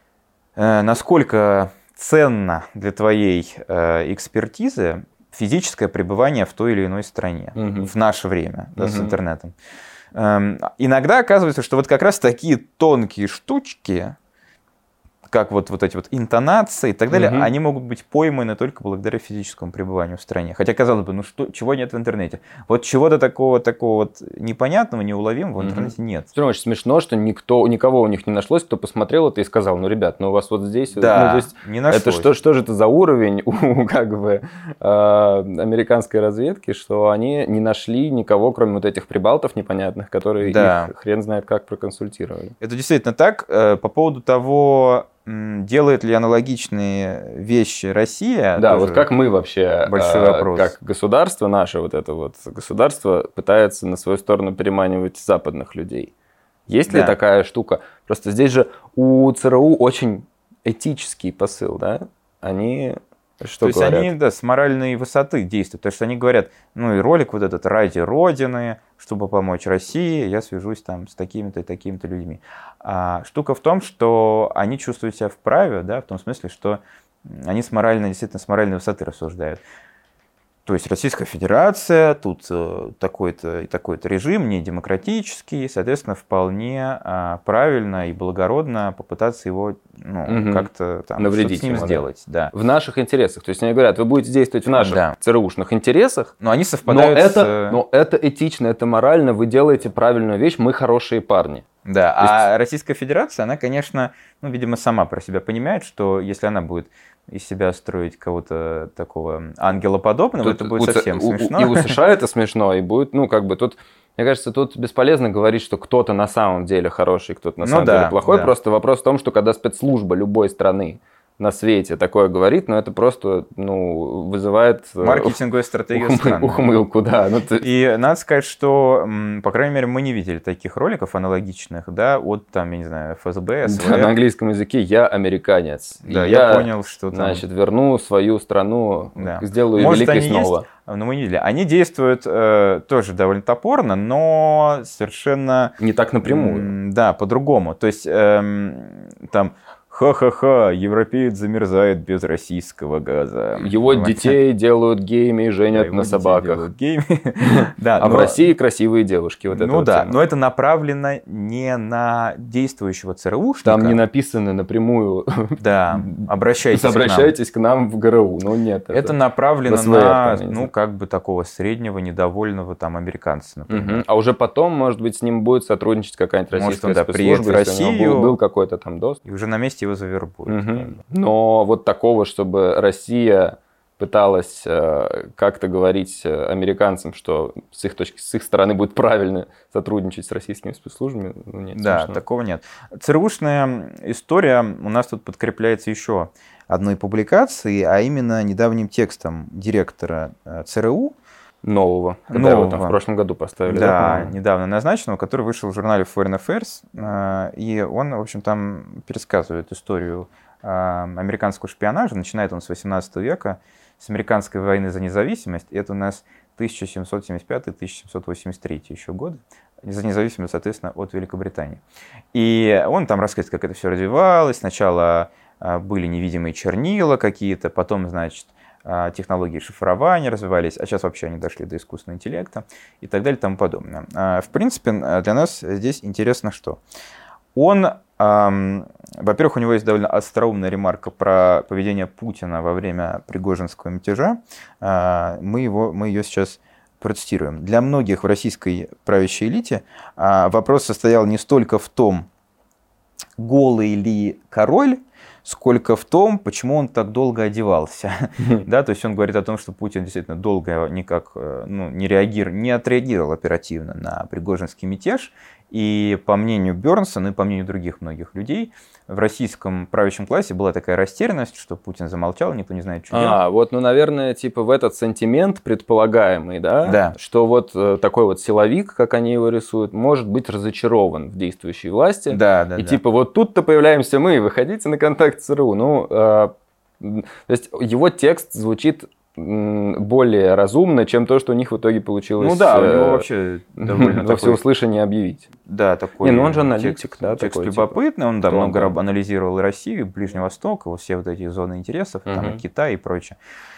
Speaker 2: э, насколько ценно для твоей э, экспертизы физическое пребывание в той или иной стране угу. в наше время, да, угу. с интернетом. Эм, иногда оказывается, что вот как раз такие тонкие штучки, как вот, вот эти вот интонации и так далее, угу. они могут быть пойманы только благодаря физическому пребыванию в стране. Хотя, казалось бы, ну что, чего нет в интернете? Вот чего-то такого, такого вот непонятного, неуловимого в интернете угу. нет.
Speaker 1: Все равно очень смешно, что никто, никого у них не нашлось, кто посмотрел это и сказал, ну, ребят, ну у вас вот здесь...
Speaker 2: Да,
Speaker 1: ну, то есть,
Speaker 2: не нашлось.
Speaker 1: Это что, что же это за уровень у как бы, э, американской разведки, что они не нашли никого, кроме вот этих прибалтов непонятных, которые да. их хрен знает как проконсультировали.
Speaker 2: Это действительно так. По поводу того... Делает ли аналогичные вещи Россия?
Speaker 1: Да, вот как мы вообще,
Speaker 2: большой вопрос.
Speaker 1: Как государство наше, вот это вот государство пытается на свою сторону переманивать западных людей. Есть ли да. такая штука? Просто здесь же у ЦРУ очень этический посыл, да? Они что
Speaker 2: То
Speaker 1: говорят?
Speaker 2: есть они, да, с моральной высоты действуют. То есть они говорят, ну и ролик вот этот ради Родины, чтобы помочь России, я свяжусь там с такими-то и такими-то людьми. А штука в том, что они чувствуют себя вправе, да, в том смысле, что они с моральной, действительно, с моральной высоты рассуждают. То есть Российская Федерация, тут такой-то и такой-то режим, не демократический, соответственно, вполне правильно и благородно попытаться его ну, угу. как-то там,
Speaker 1: навредить
Speaker 2: с ним
Speaker 1: ему,
Speaker 2: сделать. Да.
Speaker 1: В наших интересах. То есть они говорят, вы будете действовать в наших
Speaker 2: да.
Speaker 1: ЦРУшных интересах,
Speaker 2: но они совпадают
Speaker 1: но
Speaker 2: с...
Speaker 1: это, но это этично, это морально, вы делаете правильную вещь, мы хорошие парни.
Speaker 2: Да, есть... а Российская Федерация, она, конечно, ну, видимо, сама про себя понимает, что если она будет из себя строить кого-то такого ангелоподобного, тут это будет у, совсем у, смешно.
Speaker 1: И у США это смешно, и будет, ну, как бы тут, мне кажется, тут бесполезно говорить, что кто-то на самом деле хороший, кто-то на самом ну, да, деле плохой. Да. Просто вопрос в том, что когда спецслужба любой страны на свете такое говорит, но это просто, ну, вызывает...
Speaker 2: Маркетинговая стратегия
Speaker 1: ухмы...
Speaker 2: страны.
Speaker 1: Ухмылку, да. Ну, ты...
Speaker 2: И надо сказать, что, по крайней мере, мы не видели таких роликов аналогичных, да, от, там, я не знаю, эф эс бэ, эс вэ эр.
Speaker 1: Да, на английском языке «я американец».
Speaker 2: Да, я, я понял, что там...
Speaker 1: Значит, верну свою страну,
Speaker 2: да.
Speaker 1: сделаю
Speaker 2: Может,
Speaker 1: великой
Speaker 2: они
Speaker 1: снова.
Speaker 2: Есть, но мы не видели. Они действуют э, тоже довольно топорно, но совершенно...
Speaker 1: Не так напрямую.
Speaker 2: Да, по-другому. То есть, э, там... Ха-ха-ха, европеец замерзает без российского газа.
Speaker 1: Его Понимаете? Детей делают геями и женят да, на собаках.
Speaker 2: да,
Speaker 1: а но... в России красивые девушки. Вот
Speaker 2: ну да, тема. Но это направлено не на действующего ЦРУшника.
Speaker 1: Там не написано напрямую.
Speaker 2: Да, обращайтесь,
Speaker 1: обращайтесь к нам. к нам в ГРУ. Ну нет.
Speaker 2: Это, это направлено на, СВР, на там, ну как бы такого среднего, недовольного там американца, например.
Speaker 1: Угу. А уже потом, может быть, с ним будет сотрудничать какая-нибудь российская
Speaker 2: может, он, да, приедет в Россию,
Speaker 1: был, был какой-то там доступ.
Speaker 2: И уже на месте его завербуют.
Speaker 1: Угу. Но вот такого, чтобы Россия пыталась э, как-то говорить американцам, что с их точки, с их стороны будет правильно сотрудничать с российскими спецслужбами, ну, нет.
Speaker 2: Да,
Speaker 1: смешно.
Speaker 2: Такого нет. ЦРУшная история у нас тут подкрепляется еще одной публикацией, а именно недавним текстом директора ЦРУ,
Speaker 1: Нового, когда
Speaker 2: Нового.
Speaker 1: его там в прошлом году поставили.
Speaker 2: Да, да недавно назначенного, который вышел в журнале Foreign Affairs, и он, в общем, там пересказывает историю американского шпионажа. Начинает он с восемнадцатого века, с американской войны за независимость. Это у нас тысяча семьсот семьдесят пятый — тысяча семьсот восемьдесят третий еще годы. За независимость, соответственно, от Великобритании. И он там рассказывает, как это все развивалось. Сначала были невидимые чернила какие-то, потом, значит, технологии шифрования развивались, а сейчас вообще они дошли до искусственного интеллекта и так далее и тому подобное. В принципе, для нас здесь интересно что? Он, эм, во-первых, у него есть довольно остроумная ремарка про поведение Путина во время Пригожинского мятежа. Э, мы, его, мы ее сейчас процитируем. Для многих в российской правящей элите э, вопрос состоял не столько в том, голый ли король, сколько в том, почему он так долго одевался. да, то есть он говорит о том, что Путин действительно долго никак ну, не, реагировал, не отреагировал оперативно на Пригожинский мятеж. И по мнению Бернса, ну и по мнению других многих людей, в российском правящем классе была такая растерянность, что Путин замолчал, никто не знает, что
Speaker 1: а,
Speaker 2: делать.
Speaker 1: А, вот, ну, наверное, типа в этот сентимент предполагаемый, да,
Speaker 2: да.
Speaker 1: что вот э, такой вот силовик, как они его рисуют, может быть разочарован в действующей власти.
Speaker 2: Да, да,
Speaker 1: и
Speaker 2: да.
Speaker 1: типа вот тут-то появляемся мы, выходите на контакт с ЦРУ. Ну, э, то есть его текст звучит более разумно, чем то, что у них в итоге получилось.
Speaker 2: Ну да, у него вообще довольно
Speaker 1: во всеуслышание объявить.
Speaker 2: Да, такой.
Speaker 1: Не, ну он же аналитик,
Speaker 2: текст,
Speaker 1: да,
Speaker 2: текст
Speaker 1: такой,
Speaker 2: любопытный, он да,
Speaker 1: типа,
Speaker 2: много
Speaker 1: тонко.
Speaker 2: анализировал Россию, Ближний Восток, вот все вот эти зоны интересов,
Speaker 1: угу.
Speaker 2: там и Китай и прочее.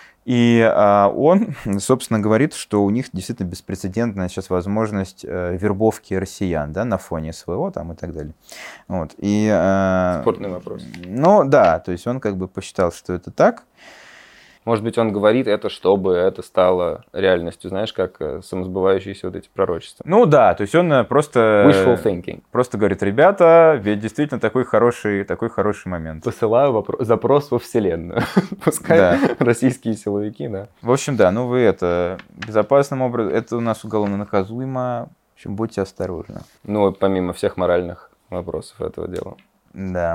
Speaker 2: И а, он, собственно, говорит, что у них действительно беспрецедентная сейчас возможность э, вербовки россиян, да, на фоне СВО там и так далее. Вот. И, э,
Speaker 1: Спорный вопрос.
Speaker 2: Ну да, то есть он как бы посчитал, что это так.
Speaker 1: Может быть, он говорит это, чтобы это стало реальностью, знаешь, как самосбывающиеся вот эти пророчества.
Speaker 2: Ну да, то есть он просто...
Speaker 1: Wishful thinking.
Speaker 2: Просто говорит, ребята, ведь действительно такой хороший, такой хороший момент.
Speaker 1: Посылаю вопрос, запрос во Вселенную. Пускай да. российские силовики, да.
Speaker 2: В общем, да, ну вы это безопасным образом, это у нас уголовно наказуемо, в общем, будьте осторожны.
Speaker 1: Ну, помимо всех моральных вопросов этого дела.
Speaker 2: Да.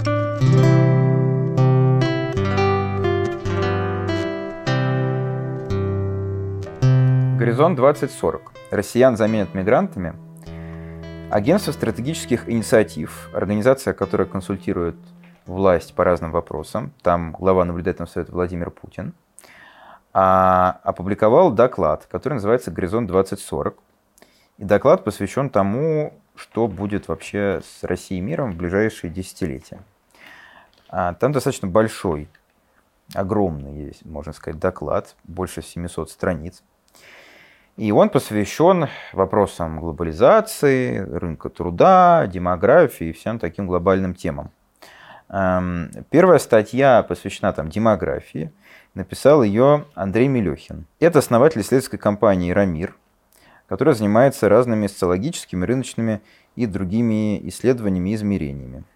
Speaker 2: Горизонт двадцать сорок. Россиян заменят мигрантами. Агентство стратегических инициатив, организация, которая консультирует власть по разным вопросам, там глава наблюдательного совета Владимир Путин, опубликовал доклад, который называется «Горизонт двадцать сорок». И доклад посвящен тому, что будет вообще с Россией и миром в ближайшие десятилетия. Там достаточно большой, огромный, есть, можно сказать, доклад, больше семисот страниц. И он посвящен вопросам глобализации, рынка труда, демографии и всем таким глобальным темам. Первая статья посвящена там демографии. Написал ее Андрей Мелехин. Это основатель исследовательской компании «Рамир», которая занимается разными социологическими, рыночными и другими исследованиями и измерениями.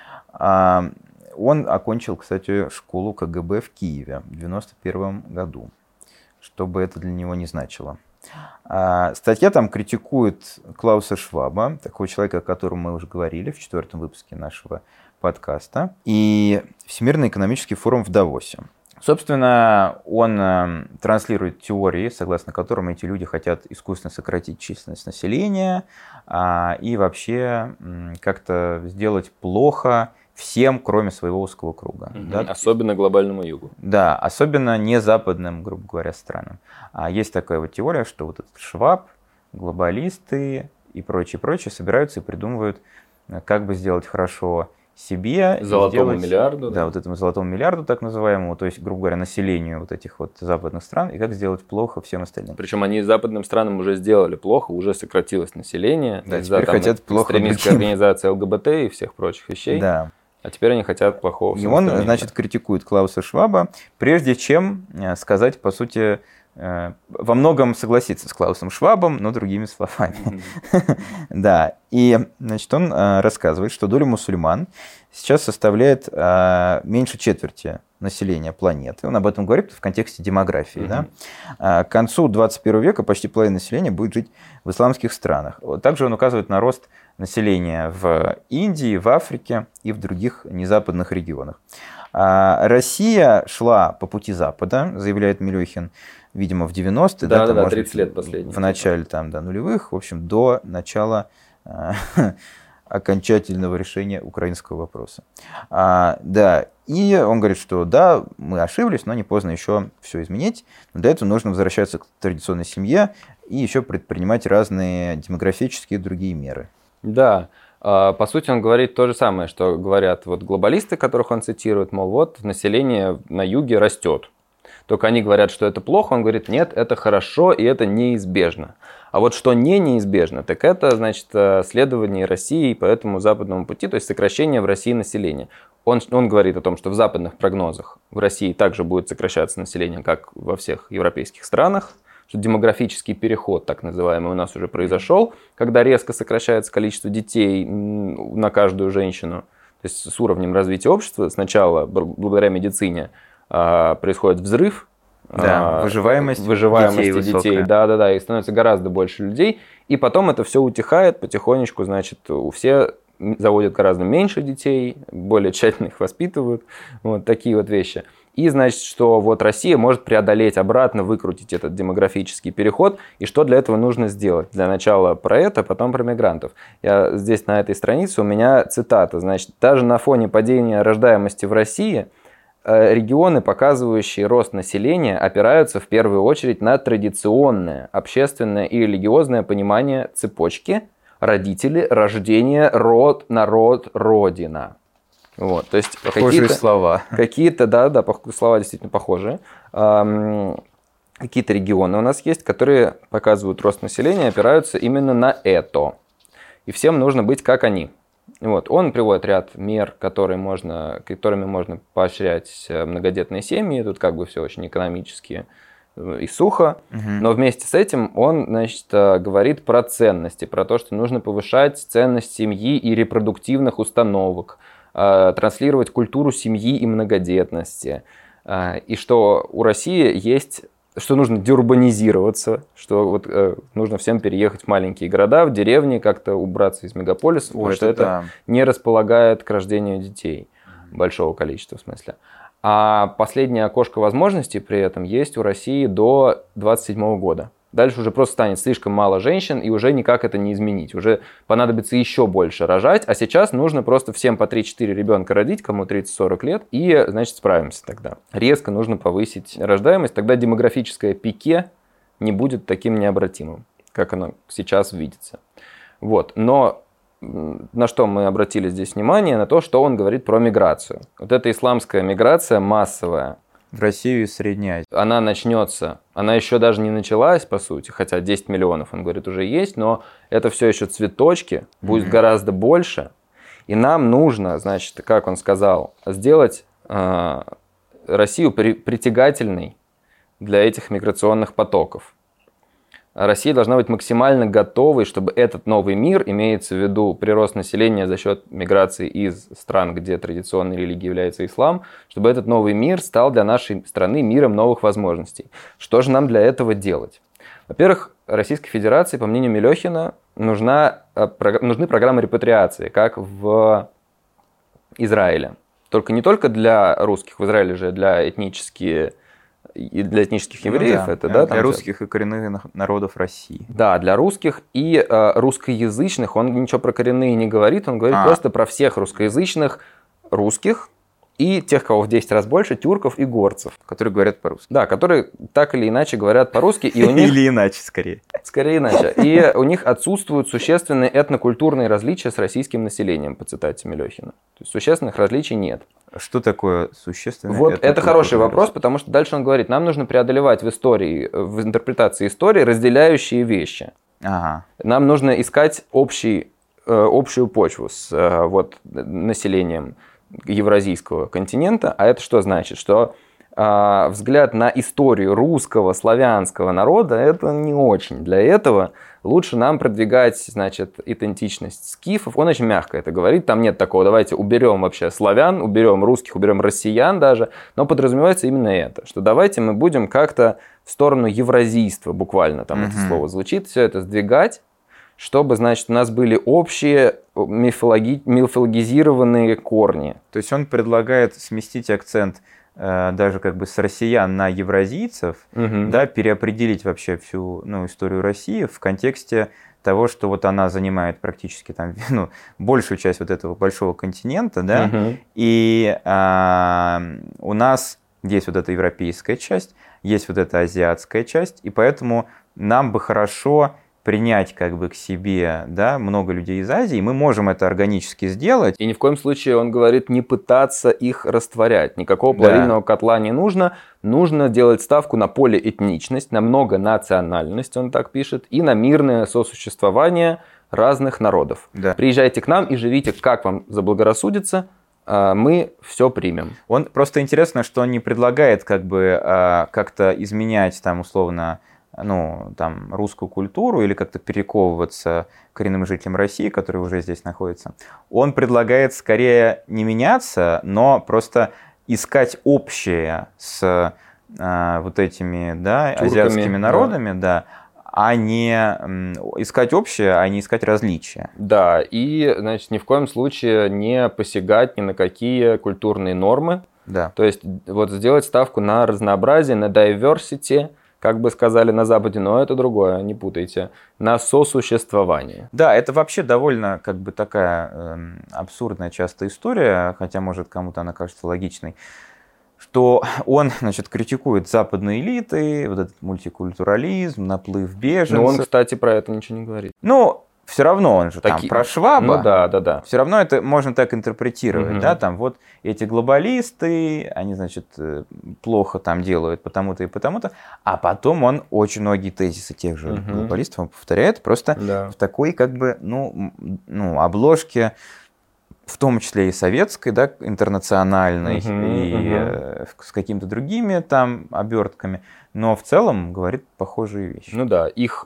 Speaker 2: Он окончил, кстати, школу ка гэ бэ в Киеве в девяносто первом году, что бы это для него не значило. Статья там критикует Клауса Шваба, такого человека, о котором мы уже говорили в четвертом выпуске нашего подкаста, и Всемирный экономический форум в Давосе. Собственно, он транслирует теории, согласно которым эти люди хотят искусственно сократить численность населения и вообще как-то сделать плохо всем, кроме своего узкого круга.
Speaker 1: Mm-hmm.
Speaker 2: Да?
Speaker 1: Особенно глобальному югу.
Speaker 2: Да, особенно не западным, грубо говоря, странам. А есть такая вот теория, что вот этот Шваб, глобалисты и прочее, прочее собираются и придумывают, как бы сделать хорошо себе.
Speaker 1: Золотому
Speaker 2: сделать,
Speaker 1: миллиарду.
Speaker 2: Да, вот этому золотому миллиарду, так называемому, то есть, грубо говоря, населению вот этих вот западных стран, и как сделать плохо всем остальным.
Speaker 1: Причем они западным странам уже сделали плохо, уже сократилось население.
Speaker 2: Да, теперь хотят плохо
Speaker 1: экстремистской организации ЛГБТ и всех прочих вещей.
Speaker 2: Да.
Speaker 1: А теперь они хотят плохого.
Speaker 2: И он, значит, критикует Клауса Шваба, прежде чем сказать, по сути, во многом согласиться с Клаусом Швабом, но другими словами. Mm-hmm. Да, и, значит, он рассказывает, что доля мусульман сейчас составляет меньше четверти населения планеты. Он об этом говорит в контексте демографии. Mm-hmm. Да? К концу двадцать первого века почти половина населения будет жить в исламских странах. Также он указывает на рост населения в Индии, в Африке и в других незападных регионах. Россия шла по пути Запада, заявляет Милюхин, видимо, в девяностые.
Speaker 1: Да,
Speaker 2: да,
Speaker 1: да,
Speaker 2: там,
Speaker 1: да, тридцать лет последних.
Speaker 2: В начале там, да, нулевых, в общем, до начала э, окончательного решения украинского вопроса. А, да, и он говорит, что да, мы ошиблись, но не поздно еще все изменить. Но для этого нужно возвращаться к традиционной семье и еще предпринимать разные демографические и другие меры.
Speaker 1: Да, по сути он говорит то же самое, что говорят вот глобалисты, которых он цитирует, мол, вот население на юге растет. Только они говорят, что это плохо, он говорит, нет, это хорошо и это неизбежно. А вот что не неизбежно, так это, значит, следование России по этому западному пути, то есть сокращение в России населения. Он, он говорит о том, что в западных прогнозах в России также будет сокращаться население, как во всех европейских странах, что демографический переход, так называемый, у нас уже произошел, когда резко сокращается количество детей на каждую женщину, то есть с уровнем развития общества. Сначала, благодаря медицине, происходит взрыв,
Speaker 2: да, выживаемость,
Speaker 1: выживаемости
Speaker 2: детей,
Speaker 1: детей, да, да, да, и становится гораздо больше людей, и потом это все утихает потихонечку, значит, все заводят гораздо меньше детей, более тщательно их воспитывают, вот такие вот вещи. И, значит, что вот Россия может преодолеть обратно, выкрутить этот демографический переход. И что для этого нужно сделать? Для начала про это, потом про мигрантов. Я здесь на этой странице, у меня цитата. Значит, даже на фоне падения рождаемости в России регионы, показывающие рост населения, опираются в первую очередь на традиционное общественное и религиозное понимание цепочки родители, рождение, род, народ, родина. Вот, то есть
Speaker 2: похожие
Speaker 1: какие-то
Speaker 2: слова.
Speaker 1: Какие-то, да, да, слова действительно похожие. Какие-то регионы у нас есть, которые показывают рост населения, опираются именно на это. И всем нужно быть как они. Вот. Он приводит ряд мер, которые можно, которыми можно поощрять многодетные семьи. Тут как бы все очень экономически и сухо. Угу. Но вместе с этим он, значит, говорит про ценности, про то, что нужно повышать ценность семьи и репродуктивных установок, транслировать культуру семьи и многодетности. И что у России есть, что нужно деурбанизироваться, что вот нужно всем переехать в маленькие города, в деревни, как-то убраться из мегаполисов, потому что это да. не располагает к рождению детей, большого количества в смысле. А последнее окошко возможностей при этом есть у России до двадцать седьмого года. Дальше уже просто станет слишком мало женщин, и уже никак это не изменить. Уже понадобится еще больше рожать, а сейчас нужно просто всем по три-четыре ребенка родить, кому тридцать-сорок лет, и, значит, справимся тогда. Резко нужно повысить рождаемость, тогда демографическое пике не будет таким необратимым, как оно сейчас видится. Вот. Но на что мы обратили здесь внимание? На то, что он говорит про миграцию. Вот эта исламская миграция массовая,
Speaker 2: в Россию и Средней Азии.
Speaker 1: Она начнется, она еще даже не началась, по сути, хотя десять миллионов, он говорит, уже есть, но это все еще цветочки, будет mm-hmm. гораздо больше. И нам нужно, значит, как он сказал, сделать э, Россию при, притягательной для этих миграционных потоков. Россия должна быть максимально готовой, чтобы этот новый мир, имеется в виду прирост населения за счет миграции из стран, где традиционной религией является ислам, чтобы этот новый мир стал для нашей страны миром новых возможностей. Что же нам для этого делать? Во-первых, Российской Федерации, по мнению Мелехина, нужна, нужны программы репатриации, как в Израиле. Только не только для русских, в Израиле же для этнических, для этнических евреев.
Speaker 2: Ну, да.
Speaker 1: Это,
Speaker 2: для
Speaker 1: да, там
Speaker 2: русских и коренных народов России.
Speaker 1: Да, для русских и э, русскоязычных. Он ничего про коренные не говорит, он говорит а. просто про всех русскоязычных русских, и тех, кого в десять раз больше, тюрков и горцев.
Speaker 2: Которые говорят по-русски.
Speaker 1: Да, которые так или иначе говорят по-русски. И у них...
Speaker 2: Или иначе, скорее.
Speaker 1: Скорее иначе. И у них отсутствуют существенные этнокультурные различия с российским населением, по цитате Мелехина. То есть существенных различий нет.
Speaker 2: Что такое существенное?
Speaker 1: Вот это хороший вопрос, потому что дальше он говорит, нам нужно преодолевать в истории, в интерпретации истории разделяющие вещи.
Speaker 2: Ага.
Speaker 1: Нам нужно искать общий, общую почву с вот, населением евразийского континента. А это что значит? Что э, взгляд на историю русского, славянского народа, это не очень. Для этого лучше нам продвигать, значит, идентичность скифов. Он очень мягко это говорит. Там нет такого, давайте уберем вообще славян, уберем русских, уберем россиян даже. Но подразумевается именно это, что давайте мы будем как-то в сторону евразийства, буквально там mm-hmm. это слово звучит, все это сдвигать, чтобы, значит, у нас были общие мифологи... мифологизированные корни.
Speaker 2: То есть он предлагает сместить акцент э, даже как бы с россиян на евразийцев, угу. да, переопределить вообще всю ну, историю России в контексте того, что вот она занимает практически там, ну, большую часть вот этого большого континента, да, угу. и э, у нас есть вот эта европейская часть, есть вот эта азиатская часть, и поэтому нам бы хорошо принять как бы к себе, да, много людей из Азии, мы можем это органически сделать.
Speaker 1: И ни в коем случае, он говорит, не пытаться их растворять. Никакого плавильного да. котла не нужно. Нужно делать ставку на полиэтничность, на многонациональность, он так пишет, и на мирное сосуществование разных народов. Да. Приезжайте к нам и живите, как вам заблагорассудится, мы все примем.
Speaker 2: Он просто интересно, что он не предлагает как бы как-то изменять там условно ну, там, русскую культуру или как-то перековываться коренным жителям России, которые уже здесь находятся. Он предлагает скорее не меняться, но просто искать общее с э, вот этими да, азиатскими народами, да. Да, а не искать общее, а не искать различия.
Speaker 1: Да, и, значит, ни в коем случае не посягать ни на какие культурные нормы.
Speaker 2: Да.
Speaker 1: То есть вот сделать ставку на разнообразие, на diversity, как бы сказали на Западе, но это другое, не путайте, на сосуществование.
Speaker 2: Да, это вообще довольно как бы такая э, абсурдная часто история, хотя, может, кому-то она кажется логичной, что он, значит, критикует западные элиты, вот этот мультикультурализм, наплыв беженцев.
Speaker 1: Но он, кстати, про это ничего не говорит.
Speaker 2: Ну, все равно он же
Speaker 1: Таки...
Speaker 2: там про Шваба.
Speaker 1: Ну да, да, да.
Speaker 2: Все равно это можно так интерпретировать,
Speaker 1: угу.
Speaker 2: да, там вот эти глобалисты, они, значит, плохо там делают потому-то и потому-то, а потом он очень многие тезисы тех же угу. глобалистов он повторяет просто да. в такой как бы, ну, ну, обложке, в том числе и советской, да, интернациональной, угу, и угу. с какими-то другими там обертками, но в целом говорит похожие вещи.
Speaker 1: Ну да, их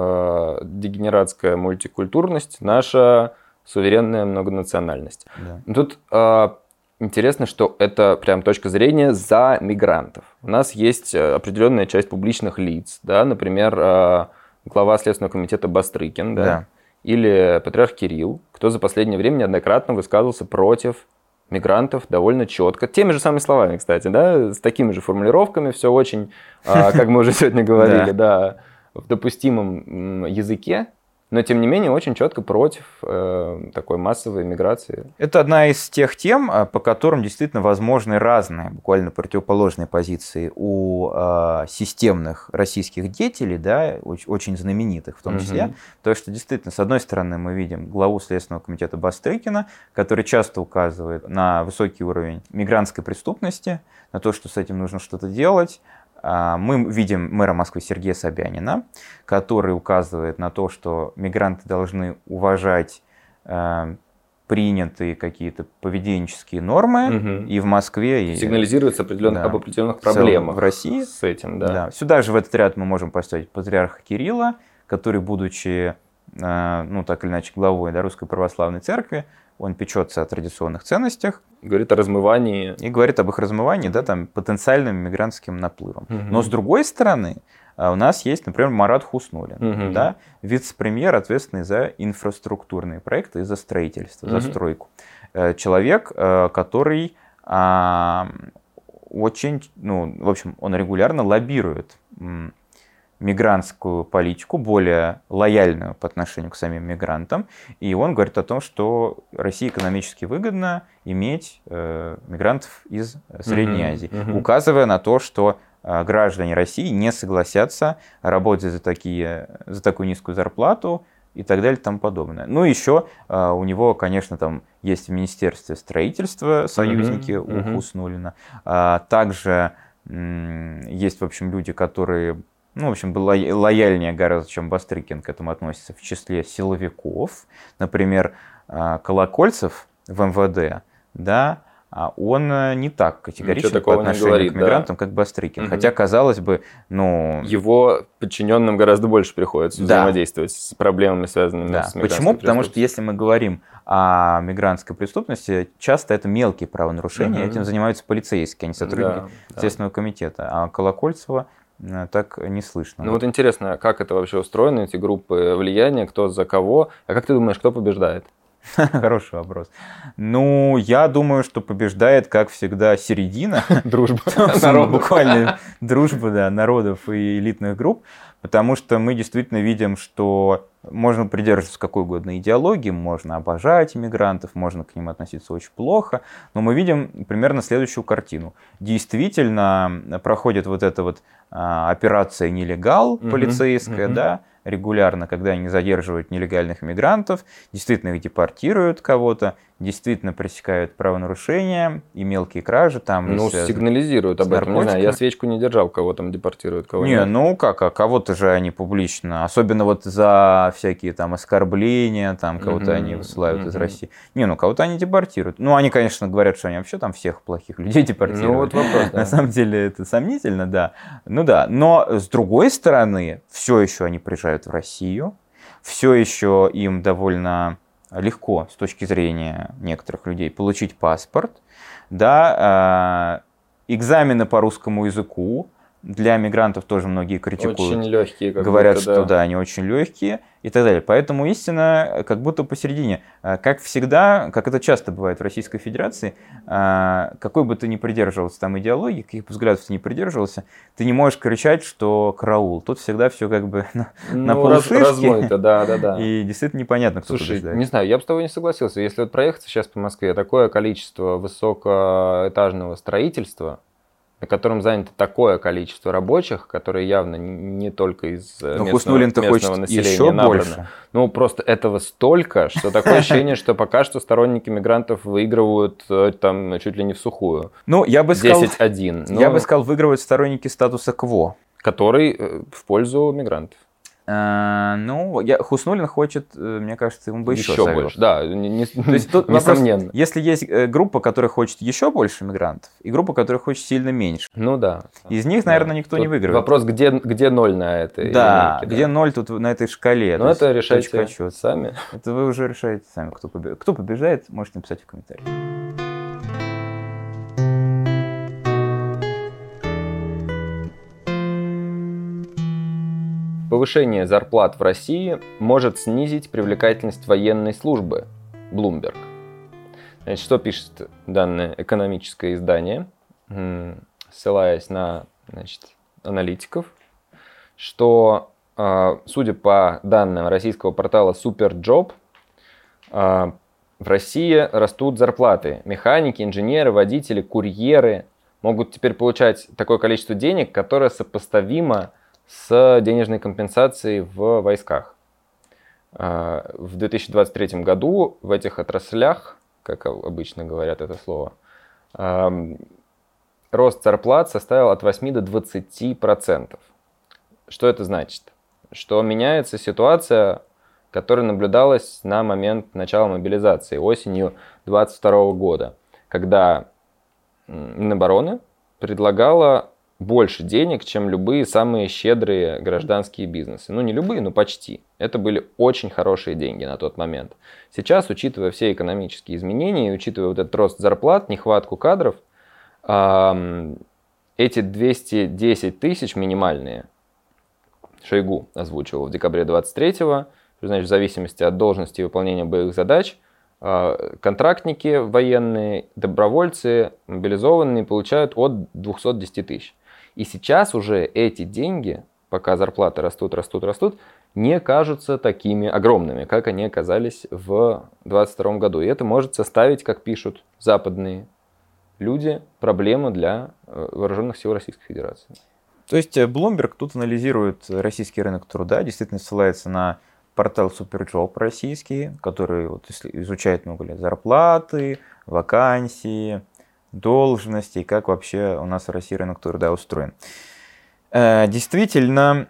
Speaker 1: э, дегенератская мультикультурность, наша суверенная многонациональность. Да. Тут э, интересно, что это прям точка зрения за мигрантов. У нас есть определенная часть публичных лиц, да, например, э, глава Следственного комитета Бастрыкин, да, да. или патриарх Кирилл, кто за последнее время неоднократно высказывался против мигрантов довольно четко. Теми же самыми словами, кстати, да, с такими же формулировками, все очень, как мы уже сегодня говорили, да, в допустимом языке, но тем не менее очень четко против э, такой массовой миграции.
Speaker 2: Это одна из тех тем, по которым действительно возможны разные, буквально противоположные позиции у э, системных российских деятелей, да, очень, очень знаменитых в том числе. Угу. То, что действительно, с одной стороны, мы видим главу Следственного комитета Бастрыкина, который часто указывает на высокий уровень мигрантской преступности, на то, что с этим нужно что-то делать. Мы видим мэра Москвы Сергея Собянина, который указывает на то, что мигранты должны уважать э, принятые какие-то поведенческие нормы угу. и в Москве. И,
Speaker 1: сигнализируется определенно, да, об определенных проблемах
Speaker 2: в России
Speaker 1: с этим. Да.
Speaker 2: Да. Сюда же в этот ряд мы можем поставить патриарха Кирилла, который, будучи э, ну, так или иначе главой, да, Русской Православной Церкви, он печется о традиционных ценностях.
Speaker 1: Говорит о размывании.
Speaker 2: И говорит об их размывании, да, там, потенциальным мигрантским наплывом. Угу. Но с другой стороны, у нас есть, например, Марат Хуснуллин,
Speaker 1: Угу.
Speaker 2: да, вице-премьер, ответственный за инфраструктурные проекты и за строительство,
Speaker 1: Угу.
Speaker 2: за стройку. Человек, который очень, ну, в общем, он регулярно лоббирует мигрантскую политику, более лояльную по отношению к самим мигрантам. И он говорит о том, что России экономически выгодно иметь э, мигрантов из Средней
Speaker 1: Mm-hmm.
Speaker 2: Азии,
Speaker 1: Mm-hmm.
Speaker 2: указывая на то, что э, граждане России не согласятся работать за, такие, за такую низкую зарплату и так далее и тому подобное. Ну, еще э, у него, конечно, там есть в Министерстве строительства союзники mm-hmm. у Хуснуллина. А, также м- есть, в общем, люди, которые... Ну, в общем, лояльнее гораздо, чем Бастрыкин к этому относится, в числе силовиков. Например, Колокольцев в эм вэ дэ, да, он не так категоричен по отношению говорит, к мигрантам, да. как Бастрыкин. Угу. Хотя, казалось бы, ну...
Speaker 1: Его подчиненным гораздо больше приходится да. взаимодействовать с проблемами, связанными
Speaker 2: да.
Speaker 1: с мигрантской
Speaker 2: Почему? Потому что если мы говорим о мигрантской преступности, часто это мелкие правонарушения, угу. этим занимаются полицейские, а не сотрудники да, Следственного да. комитета. А Колокольцева так не слышно.
Speaker 1: Ну вот интересно, как это вообще устроено, эти группы влияния, кто за кого? А как ты думаешь, кто побеждает?
Speaker 2: Хороший вопрос. Ну, я думаю, что побеждает, как всегда, середина.
Speaker 1: Дружба.
Speaker 2: Буквально дружба, да, народов и элитных групп. Потому что мы действительно видим, что можно придерживаться какой угодно идеологии, можно обожать иммигрантов, можно к ним относиться очень плохо, но мы видим примерно следующую картину. Действительно проходит вот эта вот а, операция «Нелегал» полицейская, uh-huh. да, регулярно, когда они задерживают нелегальных иммигрантов, действительно их депортируют кого-то, действительно пресекают правонарушения и мелкие кражи. Там,
Speaker 1: ну, сигнализируют об этом. Не знаю, я свечку не держал, кого там депортируют, кого
Speaker 2: не,
Speaker 1: нет.
Speaker 2: Ну как, а кого-то же они публично, особенно вот за всякие там оскорбления, там кого-то mm-hmm. они высылают mm-hmm. из России. Не, ну кого-то они депортируют. Ну, они, конечно, говорят, что они вообще там всех плохих людей депортируют.
Speaker 1: Ну, вот вопрос, да.
Speaker 2: На самом деле это сомнительно, да. Ну да, но с другой стороны, все еще они приезжают в Россию, все еще им довольно легко с точки зрения некоторых людей получить паспорт, да, экзамены по русскому языку для мигрантов тоже многие критикуют.
Speaker 1: Очень легкие, как
Speaker 2: говорят,
Speaker 1: будто, да.
Speaker 2: что да, они очень легкие и так далее. Поэтому истина как будто посередине. Как всегда, как это часто бывает в Российской Федерации, какой бы ты ни придерживался там идеологии, каких бы взглядов ты ни придерживался, ты не можешь кричать, что караул. Тут всегда все как бы на,
Speaker 1: ну,
Speaker 2: на полушишке.
Speaker 1: Размыто, да, да, да.
Speaker 2: И действительно непонятно, кто
Speaker 1: Слушай,
Speaker 2: побеждает.
Speaker 1: Не знаю, я бы с тобой не согласился. Если вот проехаться сейчас по Москве, такое количество высокоэтажного строительства, на котором занято такое количество рабочих, которые явно не только из
Speaker 2: Но
Speaker 1: местного, местного населения
Speaker 2: еще
Speaker 1: набрано.
Speaker 2: Больше.
Speaker 1: Ну, просто этого столько, что такое ощущение, что пока что сторонники мигрантов выигрывают там чуть ли не в сухую.
Speaker 2: Ну, я бы сказал,
Speaker 1: десять один.
Speaker 2: Я бы сказал, выигрывают сторонники статуса кво.
Speaker 1: Который в пользу мигрантов.
Speaker 2: А, ну, я, Хуснуллин хочет, мне кажется, ему бы еще,
Speaker 1: еще больше. Да, не, не,
Speaker 2: То есть тут
Speaker 1: несомненно.
Speaker 2: Вопрос, если есть группа, которая хочет еще больше мигрантов, и группа, которая хочет сильно меньше.
Speaker 1: Ну да.
Speaker 2: Из них, наверное,
Speaker 1: да.
Speaker 2: никто
Speaker 1: тут
Speaker 2: не выигрывает.
Speaker 1: Вопрос, где, где ноль на этой
Speaker 2: Да,
Speaker 1: линейке,
Speaker 2: где
Speaker 1: да.
Speaker 2: ноль тут на этой шкале.
Speaker 1: Ну это решайте сами.
Speaker 2: Это вы уже решаете сами, кто побеждает. Кто побеждает, можете написать в комментариях.
Speaker 1: Повышение зарплат в России может снизить привлекательность военной службы. Bloomberg. Значит, что пишет данное экономическое издание, ссылаясь на, значит, аналитиков, что, судя по данным российского портала Superjob, в России растут зарплаты. Механики, инженеры, водители, курьеры могут теперь получать такое количество денег, которое сопоставимо с денежной компенсацией в войсках. В две тысячи двадцать третьем году в этих отраслях, как обычно говорят это слово, рост зарплат составил от восьми до двадцати процентов. Что это значит? Что меняется ситуация, которая наблюдалась на момент начала мобилизации осенью две тысячи двадцать второго года, когда Минобороны предлагала больше денег, чем любые самые щедрые гражданские бизнесы. Ну, не любые, но почти. Это были очень хорошие деньги на тот момент. Сейчас, учитывая все экономические изменения, учитывая вот этот рост зарплат, нехватку кадров, эти двести десять тысяч минимальные Шойгу озвучивал в декабре двадцать третьего, что значит в зависимости от должности и выполнения боевых задач контрактники военные, добровольцы, мобилизованные получают от двухсот десяти тысяч. И сейчас уже эти деньги, пока зарплаты растут, растут, растут, не кажутся такими огромными, как они оказались в двадцать втором году. И это может составить, как пишут западные люди, проблему для вооруженных сил Российской Федерации.
Speaker 2: То есть Bloomberg тут анализирует российский рынок труда, действительно ссылается на портал Superjob российский, который вот изучает много лет зарплаты, вакансии, должности, как вообще у нас в России рынок труда устроен. Действительно,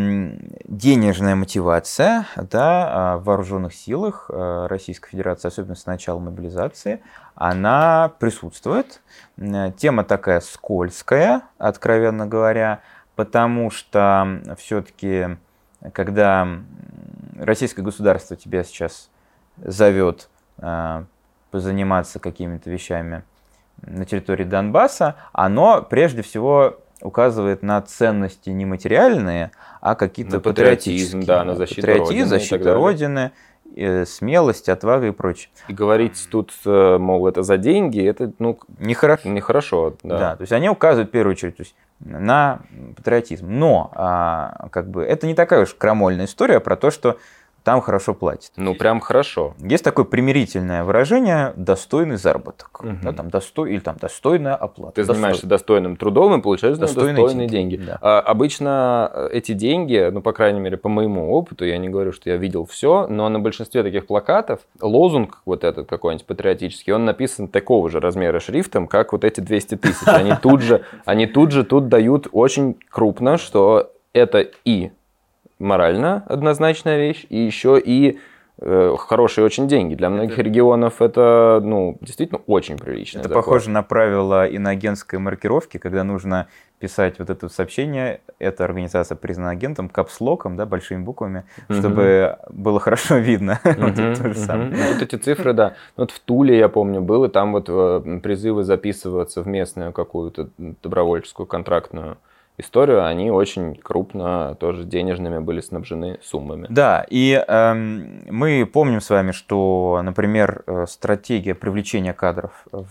Speaker 2: денежная мотивация, да, в вооруженных силах Российской Федерации, особенно с начала мобилизации, она присутствует. Тема такая скользкая, откровенно говоря, потому что все-таки, когда российское государство тебя сейчас зовет позаниматься какими-то вещами на территории Донбасса, оно прежде всего указывает на ценности не материальные, а какие-то патриотические.
Speaker 1: Да, на защиту
Speaker 2: Патриотизм,
Speaker 1: Родины,
Speaker 2: защита Родины, смелость, отвага и прочее.
Speaker 1: И говорить тут, мол, это за деньги, это, ну,
Speaker 2: нехорошо.
Speaker 1: Нехорошо, да.
Speaker 2: Да, то есть они указывают в первую очередь, то есть, на патриотизм. Но а, как бы, это не такая уж крамольная история про то, что там хорошо платят.
Speaker 1: Ну, прям хорошо.
Speaker 2: Есть такое примирительное выражение «достойный заработок». Угу. Да, там, достой, или там «достойная оплата».
Speaker 1: Ты
Speaker 2: Достой...
Speaker 1: занимаешься достойным трудом и получаешь достойные, достойные деньги. деньги.
Speaker 2: Да.
Speaker 1: А, обычно эти деньги, ну, по крайней мере, по моему опыту, я не говорю, что я видел все, но на большинстве таких плакатов лозунг вот этот какой-нибудь патриотический, он написан такого же размера шрифтом, как вот эти двести тысяч. Они тут же, они тут же тут дают очень крупно, что это и морально однозначная вещь, и еще и э, хорошие очень деньги. Для многих это... регионов это, ну, действительно очень прилично.
Speaker 2: Это зарплата. Похоже на правило иноагентской маркировки, когда нужно писать вот это сообщение, эта организация признана агентом, капслоком, да, большими буквами, угу. чтобы было хорошо видно.
Speaker 1: Угу, вот, это то же самое. Угу. Вот эти цифры, да. Вот в Туле, я помню, было, там вот призывы записываться в местную какую-то добровольческую контрактную историю, они очень крупно тоже денежными были снабжены суммами.
Speaker 2: Да, и э, мы помним с вами, что, например, стратегия привлечения кадров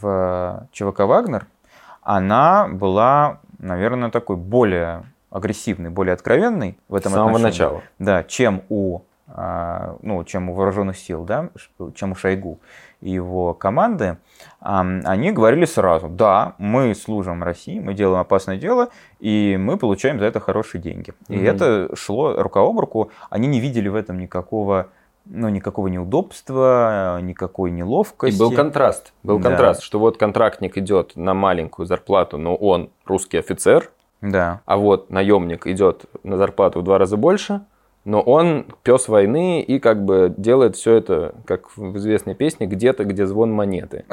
Speaker 2: в ЧВК «Вагнер», она была, наверное, такой более агрессивной, более откровенной в этом отношении.
Speaker 1: С самого начала.
Speaker 2: Да, чем у, э, ну, чем у вооруженных сил, да, чем у Шойгу и его команды. Они говорили сразу: да, мы служим России, мы делаем опасное дело, и мы получаем за это хорошие деньги. И mm-hmm. это шло рука об руку. Они не видели в этом никакого, ну, никакого неудобства, никакой неловкости.
Speaker 1: И был контраст. Был да. контраст, что вот контрактник идет на маленькую зарплату, но он русский офицер,
Speaker 2: да.
Speaker 1: а вот наемник идет на зарплату в два раза больше, но он пес войны и как бы делает все это, как в известной песне, где-то, где звон монеты.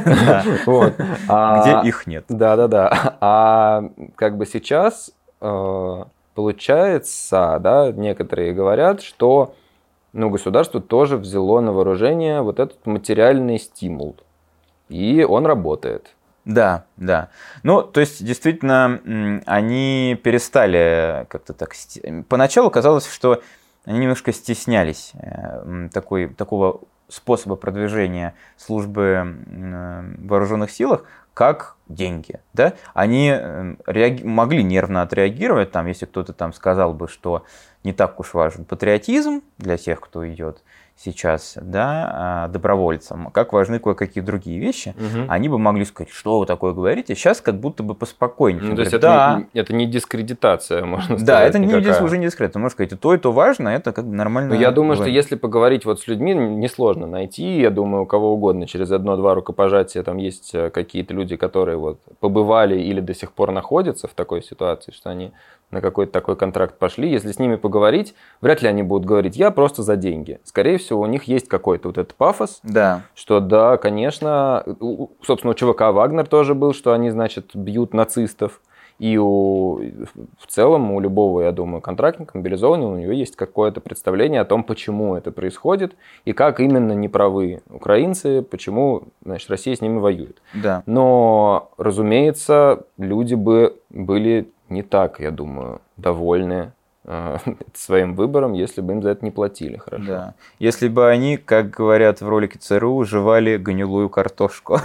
Speaker 2: Где их нет.
Speaker 1: Да-да-да. А как бы сейчас получается, да, некоторые говорят, что ну, государство тоже взяло на вооружение вот этот материальный стимул. И он работает.
Speaker 2: Да, да. Ну, то есть, действительно, они перестали как-то так... Поначалу казалось, что они немножко стеснялись такой, такого способа продвижения службы в вооруженных силах, как деньги. Да? Они реаги... могли нервно отреагировать, там, если кто-то там сказал бы, что не так уж важен патриотизм для тех, кто идет сейчас, да, добровольцам, как важны кое-какие другие вещи, угу. они бы могли сказать, что вы такое говорите. Сейчас как будто бы поспокойнее.
Speaker 1: Ну, то есть это, да. не, это не дискредитация, можно сказать.
Speaker 2: Да, это не,
Speaker 1: никакая.
Speaker 2: уже не дискредитация. Можно сказать, и то, и то важно, это как бы нормально.
Speaker 1: Но я думаю, что если поговорить вот с людьми, несложно найти, я думаю, у кого угодно, через одно-два рукопожатия там есть какие-то люди, которые вот побывали или до сих пор находятся в такой ситуации, что они на какой-то такой контракт пошли. Если с ними поговорить, вряд ли они будут говорить: я просто за деньги. Скорее всего, у них есть какой-то вот этот пафос,
Speaker 2: да.
Speaker 1: что да, конечно, собственно, у ЧВК «Вагнер» тоже был, что они, значит, бьют нацистов. И у, в целом у любого, я думаю, контрактника, мобилизованного, у него есть какое-то представление о том, почему это происходит и как именно неправы украинцы, почему, значит, Россия с ними воюет.
Speaker 2: Да.
Speaker 1: Но, разумеется, люди бы были не так, я думаю, довольны э, своим выбором, если бы им за это не платили, хорошо.
Speaker 2: Да. Если бы они, как говорят в ролике ЦРУ, жевали гнилую картошку.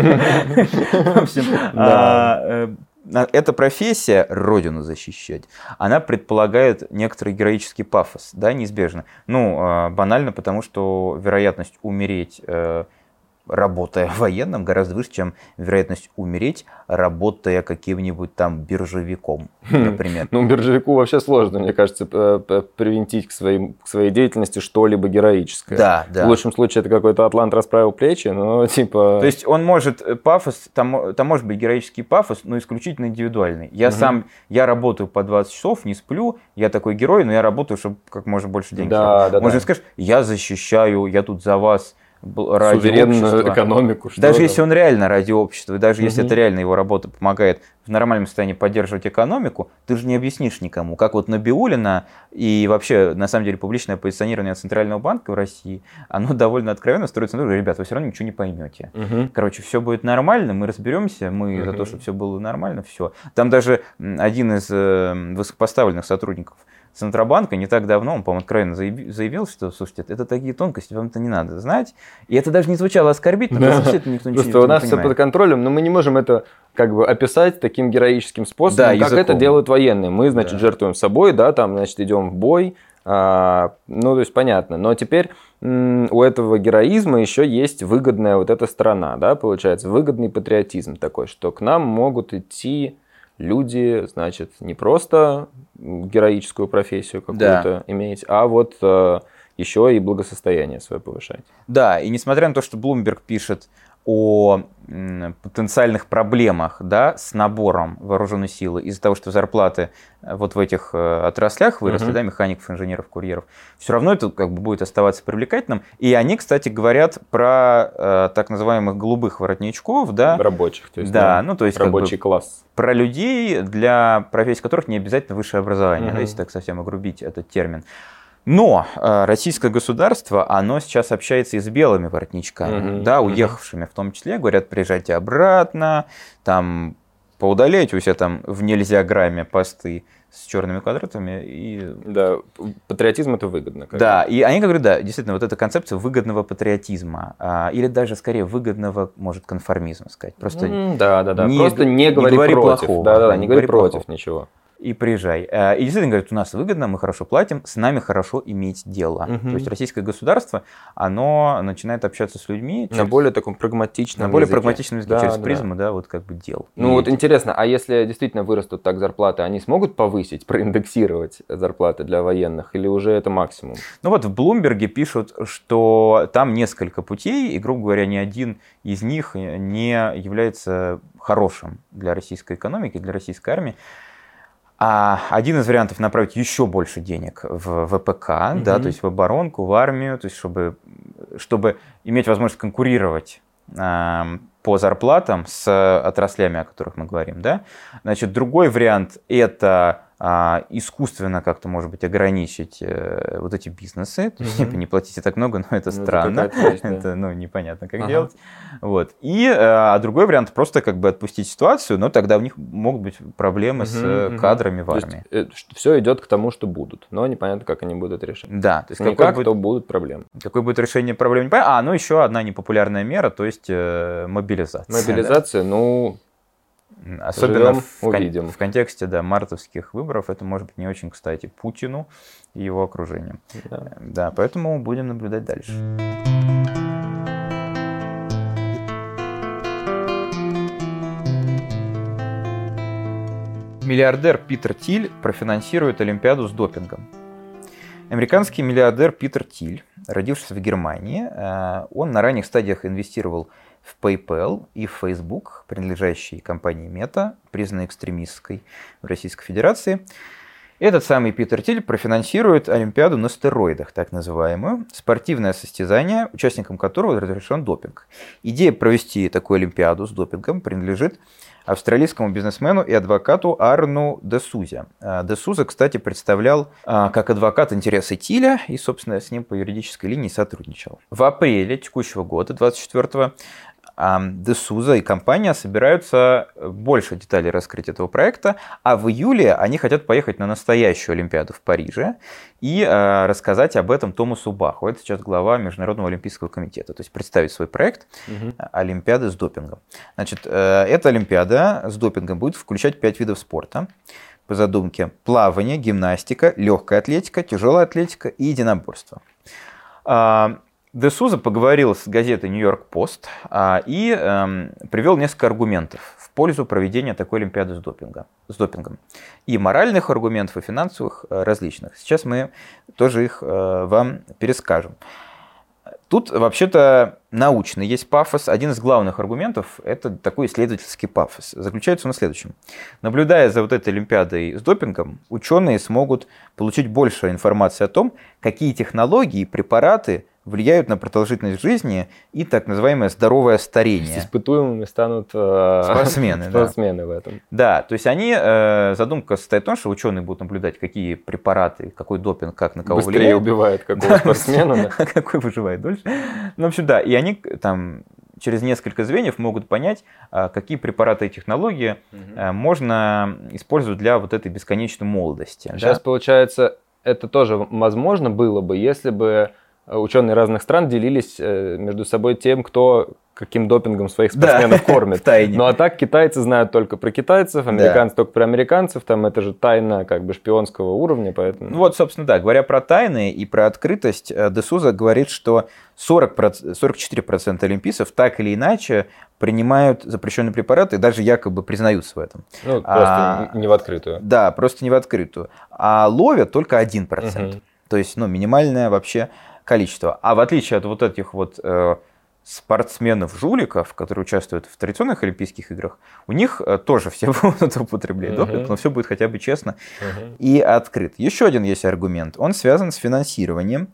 Speaker 2: Эта профессия, родину защищать, она предполагает некоторый героический пафос, да, неизбежно. Ну, банально, потому что вероятность умереть, работая военным, гораздо выше, чем вероятность умереть, работая каким-нибудь там биржевиком, например.
Speaker 1: Ну, биржевику вообще сложно, мне кажется, привинтить к своей, к своей деятельности что-либо героическое.
Speaker 2: Да, да.
Speaker 1: В лучшем случае это какой-то атлант расправил плечи, но типа...
Speaker 2: То есть он может, пафос, там, там может быть героический пафос, но исключительно индивидуальный. Я угу. сам, я работаю по двадцать часов, не сплю, я такой герой, но я работаю, чтобы как можно больше денег.
Speaker 1: Да, да,
Speaker 2: Можно
Speaker 1: да.
Speaker 2: сказать, я защищаю, я тут за вас. Ради
Speaker 1: суверенную
Speaker 2: общества.
Speaker 1: Экономику. Что
Speaker 2: даже
Speaker 1: там?
Speaker 2: Если он реально ради общества, и даже
Speaker 1: угу.
Speaker 2: если это реально его работа помогает в нормальном состоянии поддерживать экономику, ты же не объяснишь никому. Как вот Набиуллина и вообще, на самом деле, публичное позиционирование Центрального банка в России, оно довольно откровенно строится на том, что, ребят, вы все равно ничего не поймете.
Speaker 1: Угу.
Speaker 2: Короче, все будет нормально, мы разберемся, мы угу. за то, чтобы все было нормально, все. Там даже один из высокопоставленных сотрудников Центробанка не так давно, он, по-моему, откровенно заявил, что, слушайте, это такие тонкости, вам это не надо знать. И это даже не звучало оскорбительно,
Speaker 1: да.
Speaker 2: потому что это никто ничего не понимает.
Speaker 1: Просто у нас все под контролем, но мы не можем это как бы описать таким героическим способом,
Speaker 2: да,
Speaker 1: как
Speaker 2: языком.
Speaker 1: Это делают военные. Мы, значит,
Speaker 2: да.
Speaker 1: жертвуем собой, да, там, значит, идем в бой. А, ну, то есть, понятно. Но теперь м- у этого героизма еще есть выгодная вот эта сторона, да, получается, выгодный патриотизм такой, что к нам могут идти... люди, значит, не просто героическую профессию какую-то да. иметь, а вот э, еще и благосостояние свое повышать.
Speaker 2: Да, и несмотря на то, что Bloomberg пишет о м, потенциальных проблемах, да, с набором вооруженной силы из-за того, что зарплаты вот в этих э, отраслях выросли, uh-huh. да, механиков, инженеров, курьеров, все равно это как бы будет оставаться привлекательным. И они, кстати, говорят про э, так называемых голубых воротничков, да.
Speaker 1: Рабочих, то есть,
Speaker 2: да,
Speaker 1: да,
Speaker 2: ну, то есть
Speaker 1: рабочий
Speaker 2: как бы,
Speaker 1: класс.
Speaker 2: Про людей, для профессий которых не обязательно высшее образование, uh-huh. да, если так совсем огрубить этот термин. Но э, российское государство, оно сейчас общается и с белыми воротничками, uh-huh, да, уехавшими uh-huh. в том числе, говорят, приезжайте обратно, там, поудаляйте у себя там в нельзя-грамме посты с черными квадратами. И...
Speaker 1: Да, патриотизм это выгодно.
Speaker 2: Да, и они говорят, да, действительно, вот эта концепция выгодного патриотизма, а, или даже скорее выгодного, может, конформизма сказать. Просто
Speaker 1: mm, да, да, да.
Speaker 2: Не,
Speaker 1: Просто не,
Speaker 2: не
Speaker 1: говори,
Speaker 2: говори
Speaker 1: против.
Speaker 2: плохого.
Speaker 1: Да, да, да,
Speaker 2: не
Speaker 1: не говори
Speaker 2: плохого.
Speaker 1: против ничего.
Speaker 2: И приезжай. И действительно говорят, у нас выгодно, мы хорошо платим, с нами хорошо иметь дело.
Speaker 1: Угу.
Speaker 2: То есть российское государство, оно начинает общаться с людьми
Speaker 1: на через... более таком прагматичном
Speaker 2: на более
Speaker 1: языке.
Speaker 2: прагматичном языке,
Speaker 1: да,
Speaker 2: через
Speaker 1: да.
Speaker 2: призму, да, вот как бы дел.
Speaker 1: Ну
Speaker 2: и...
Speaker 1: вот интересно, а если действительно вырастут так зарплаты, они смогут повысить, проиндексировать зарплаты для военных, или уже это максимум?
Speaker 2: Ну вот в Блумберге пишут, что там несколько путей, и, грубо говоря, ни один из них не является хорошим для российской экономики, для российской армии. А один из вариантов направить еще больше денег в ВПК, mm-hmm. да, то есть в оборонку, в армию, то есть чтобы, чтобы иметь возможность конкурировать э, по зарплатам с отраслями, о которых мы говорим, да. Значит, другой вариант – это э, искусственно как-то, может быть, ограничить э, вот эти бизнесы, то есть mm-hmm. не платите так много, но это ну, странно, это, есть, да. это ну, непонятно, как ага. делать. Вот. И, а другой вариант просто как бы отпустить ситуацию, но тогда у них могут быть проблемы угу, с угу. кадрами в армии.
Speaker 1: То есть, все идет к тому, что будут, но непонятно, как они будут решать.
Speaker 2: Да, то есть
Speaker 1: никак, будет, то будут проблемы.
Speaker 2: Какое будет решение проблем, не понятно. А, ну еще одна непопулярная мера, то есть э, мобилизация.
Speaker 1: Мобилизация, да? ну...
Speaker 2: Особенно
Speaker 1: живем,
Speaker 2: в,
Speaker 1: увидим.
Speaker 2: в контексте да, мартовских выборов это может быть не очень кстати Путину и его окружению. Да, да поэтому будем наблюдать дальше. Миллиардер Питер Тиль профинансирует Олимпиаду с допингом. Американский миллиардер Питер Тиль, родившийся в Германии, он на ранних стадиях инвестировал в PayPal и в Facebook, принадлежащие компании Meta, признанной экстремистской в Российской Федерации. Этот самый Питер Тиль профинансирует Олимпиаду на стероидах, так называемую, спортивное состязание, участникам которого разрешен допинг. Идея провести такую Олимпиаду с допингом принадлежит австралийскому бизнесмену и адвокату Арну де Сузе. Де Сузе, кстати, представлял как адвокат интересы Тиля и, собственно, с ним по юридической линии сотрудничал. В апреле текущего года, двадцать четвёртого, D'Souza и компания собираются больше деталей раскрыть этого проекта, а в июле они хотят поехать на настоящую Олимпиаду в Париже и э, рассказать об этом Томасу Баху. Это сейчас глава Международного олимпийского комитета. То есть представить свой проект угу. Олимпиады с допингом. Значит, э, эта Олимпиада с допингом будет включать пять видов спорта. По задумке: плавание, гимнастика, легкая атлетика, тяжелая атлетика и единоборство. D'Souza поговорил с газетой Нью-Йорк Пост и э, привел несколько аргументов в пользу проведения такой Олимпиады с, допинга, с допингом. И моральных аргументов, и финансовых э, различных. Сейчас мы тоже их э, вам перескажем. Тут вообще-то научный есть пафос. Один из главных аргументов – это такой исследовательский пафос. Заключается он в следующем. Наблюдая за вот этой Олимпиадой с допингом, ученые смогут получить больше информации о том, какие технологии и препараты влияют на продолжительность жизни и так называемое здоровое старение.
Speaker 1: Испытуемыми станут э,
Speaker 2: спортсмены,
Speaker 1: спортсмены
Speaker 2: да.
Speaker 1: в этом.
Speaker 2: Да, то есть они, э, задумка состоит в том, что ученые будут наблюдать, какие препараты, какой допинг, как на кого
Speaker 1: быстрее
Speaker 2: влияет.
Speaker 1: убивает какого спортсмена.
Speaker 2: Какой выживает дольше. Ну, в общем, да, и они там через несколько звеньев могут понять, какие препараты и технологии угу. можно использовать для вот этой бесконечной молодости.
Speaker 1: Сейчас,
Speaker 2: да?
Speaker 1: Получается, это тоже возможно было бы, если бы ученые разных стран делились между собой тем, кто каким допингом своих спортсменов да, кормит. Ну а так китайцы знают только про китайцев, американцы да. только про американцев, там это же тайна как бы шпионского уровня, поэтому...
Speaker 2: Ну вот, собственно, да, говоря про тайны и про открытость, D'Souza говорит, что сорок процентов, сорок четыре процента олимпийцев так или иначе принимают запрещенные препараты и даже якобы признаются в этом.
Speaker 1: Ну, просто
Speaker 2: а,
Speaker 1: не в открытую.
Speaker 2: Да, просто не в открытую. А ловят только один процент. Угу. То есть, ну, минимальное вообще количество. А в отличие от вот этих вот э, спортсменов-жуликов, которые участвуют в традиционных Олимпийских играх, у них э, тоже все будут употреблять uh-huh. допинг, но все будет хотя бы честно uh-huh. и открыто. Еще один есть аргумент. Он связан с финансированием.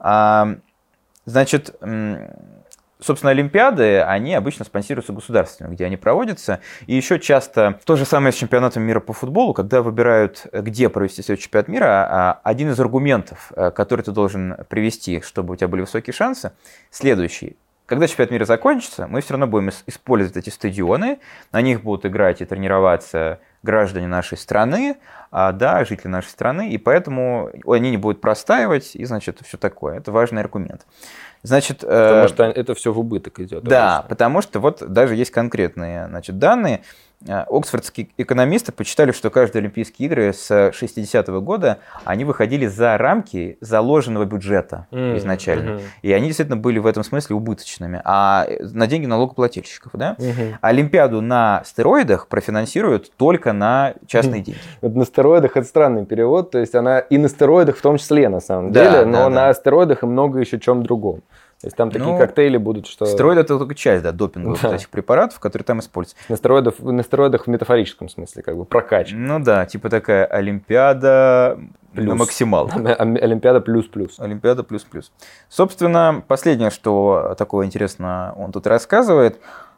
Speaker 2: А, значит, собственно, Олимпиады, они обычно спонсируются государствами, где они проводятся. И еще часто то же самое с чемпионатом мира по футболу, когда выбирают, где провести следующий чемпионат мира, один из аргументов, который ты должен привести, чтобы у тебя были высокие шансы, следующий. Когда чемпионат мира закончится, мы все равно будем использовать эти стадионы, на них будут играть и тренироваться граждане нашей страны, да, жители нашей страны, и поэтому они не будут простаивать, и, значит, все такое. Это важный аргумент. Значит,
Speaker 1: потому что это все в убыток идет.
Speaker 2: Да, обычно. Потому что вот даже есть конкретные, значит, данные. Оксфордские экономисты посчитали, что каждые Олимпийские игры с шестидесятого года они выходили за рамки заложенного бюджета mm, изначально. Mm-hmm. И они действительно были в этом смысле убыточными. А на деньги налогоплательщиков. Да? Mm-hmm. Олимпиаду на стероидах профинансируют только на частные mm-hmm. деньги.
Speaker 1: Вот на стероидах это странный перевод. То есть она и на стероидах в том числе на самом да, деле, но да, на да. стероидах и много еще чем другом. То есть там такие ну, коктейли будут, что...
Speaker 2: Стероиды – это только часть да, допинговых да. этих препаратов, которые там используются.
Speaker 1: На стероидах, на стероидах в метафорическом смысле, как бы прокачка.
Speaker 2: Ну да, типа такая Олимпиада плюс. На максималку.
Speaker 1: Олимпиада плюс-плюс.
Speaker 2: Олимпиада плюс-плюс. Собственно, последнее, что такого интересного он тут рассказывает,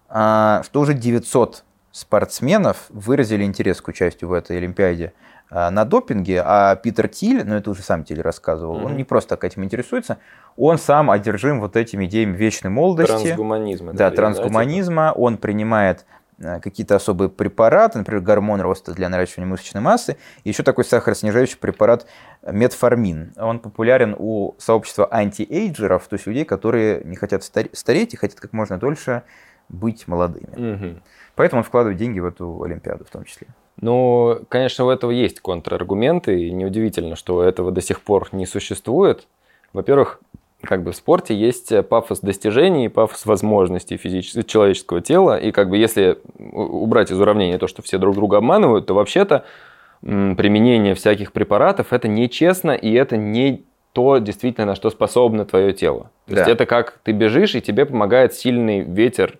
Speaker 2: что уже девятьсот спортсменов выразили интерес к участию в этой Олимпиаде на допинге, а Питер Тиль, ну это уже сам Тиль рассказывал, mm-hmm. он не просто так этим интересуется, он сам одержим вот этими идеями вечной молодости.
Speaker 1: Трансгуманизма.
Speaker 2: Да, трансгуманизма, да, типа. Он принимает какие-то особые препараты, например, гормон роста для наращивания мышечной массы, и еще такой сахароснижающий препарат метформин. Он популярен у сообщества антиэйджеров, то есть людей, которые не хотят стареть и хотят как можно дольше быть молодыми. Mm-hmm. Поэтому он вкладывает деньги в эту Олимпиаду в том числе.
Speaker 1: Ну, конечно, у этого есть контраргументы, и неудивительно, что этого до сих пор не существует. Во-первых, как бы в спорте есть пафос достижений, пафос возможностей физического, человеческого тела, и как бы если убрать из уравнения то, что все друг друга обманывают, то вообще-то применение всяких препаратов – это нечестно, и это не то, действительно, на что способно твое тело. То да. есть это как ты бежишь, и тебе помогает сильный ветер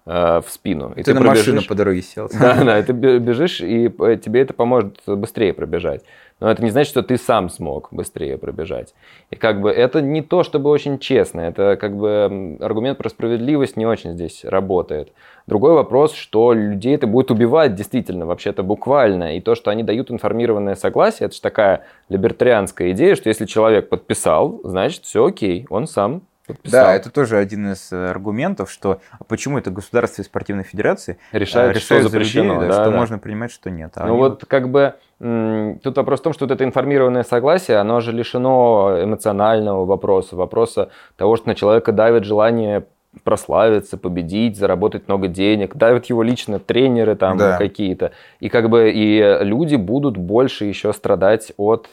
Speaker 1: в спину. И
Speaker 2: ты, ты на пробежишь... машину по дороге сел.
Speaker 1: Да, да, и ты бежишь, и тебе это поможет быстрее пробежать. Но это не значит, что ты сам смог быстрее пробежать. И как бы это не то, чтобы очень честно. Это как бы аргумент про справедливость не очень здесь работает. Другой вопрос, что людей это будет убивать действительно, вообще-то буквально. И то, что они дают информированное согласие, это же такая либертарианская идея, что если человек подписал, значит все окей, он сам подписал.
Speaker 2: Да, это тоже один из аргументов, что почему это государство и спортивные федерации
Speaker 1: решают,
Speaker 2: решают
Speaker 1: что
Speaker 2: за
Speaker 1: запрещено.
Speaker 2: людей, да,
Speaker 1: да,
Speaker 2: что
Speaker 1: да.
Speaker 2: можно принимать, что нет. А
Speaker 1: ну вот, вот как бы м- тут вопрос в том, что вот это информированное согласие, оно же лишено эмоционального вопроса, вопроса того, что на человека давит желание прославиться, победить, заработать много денег, давят его лично тренеры там
Speaker 2: Да.
Speaker 1: какие-то, и как бы и люди будут больше еще страдать от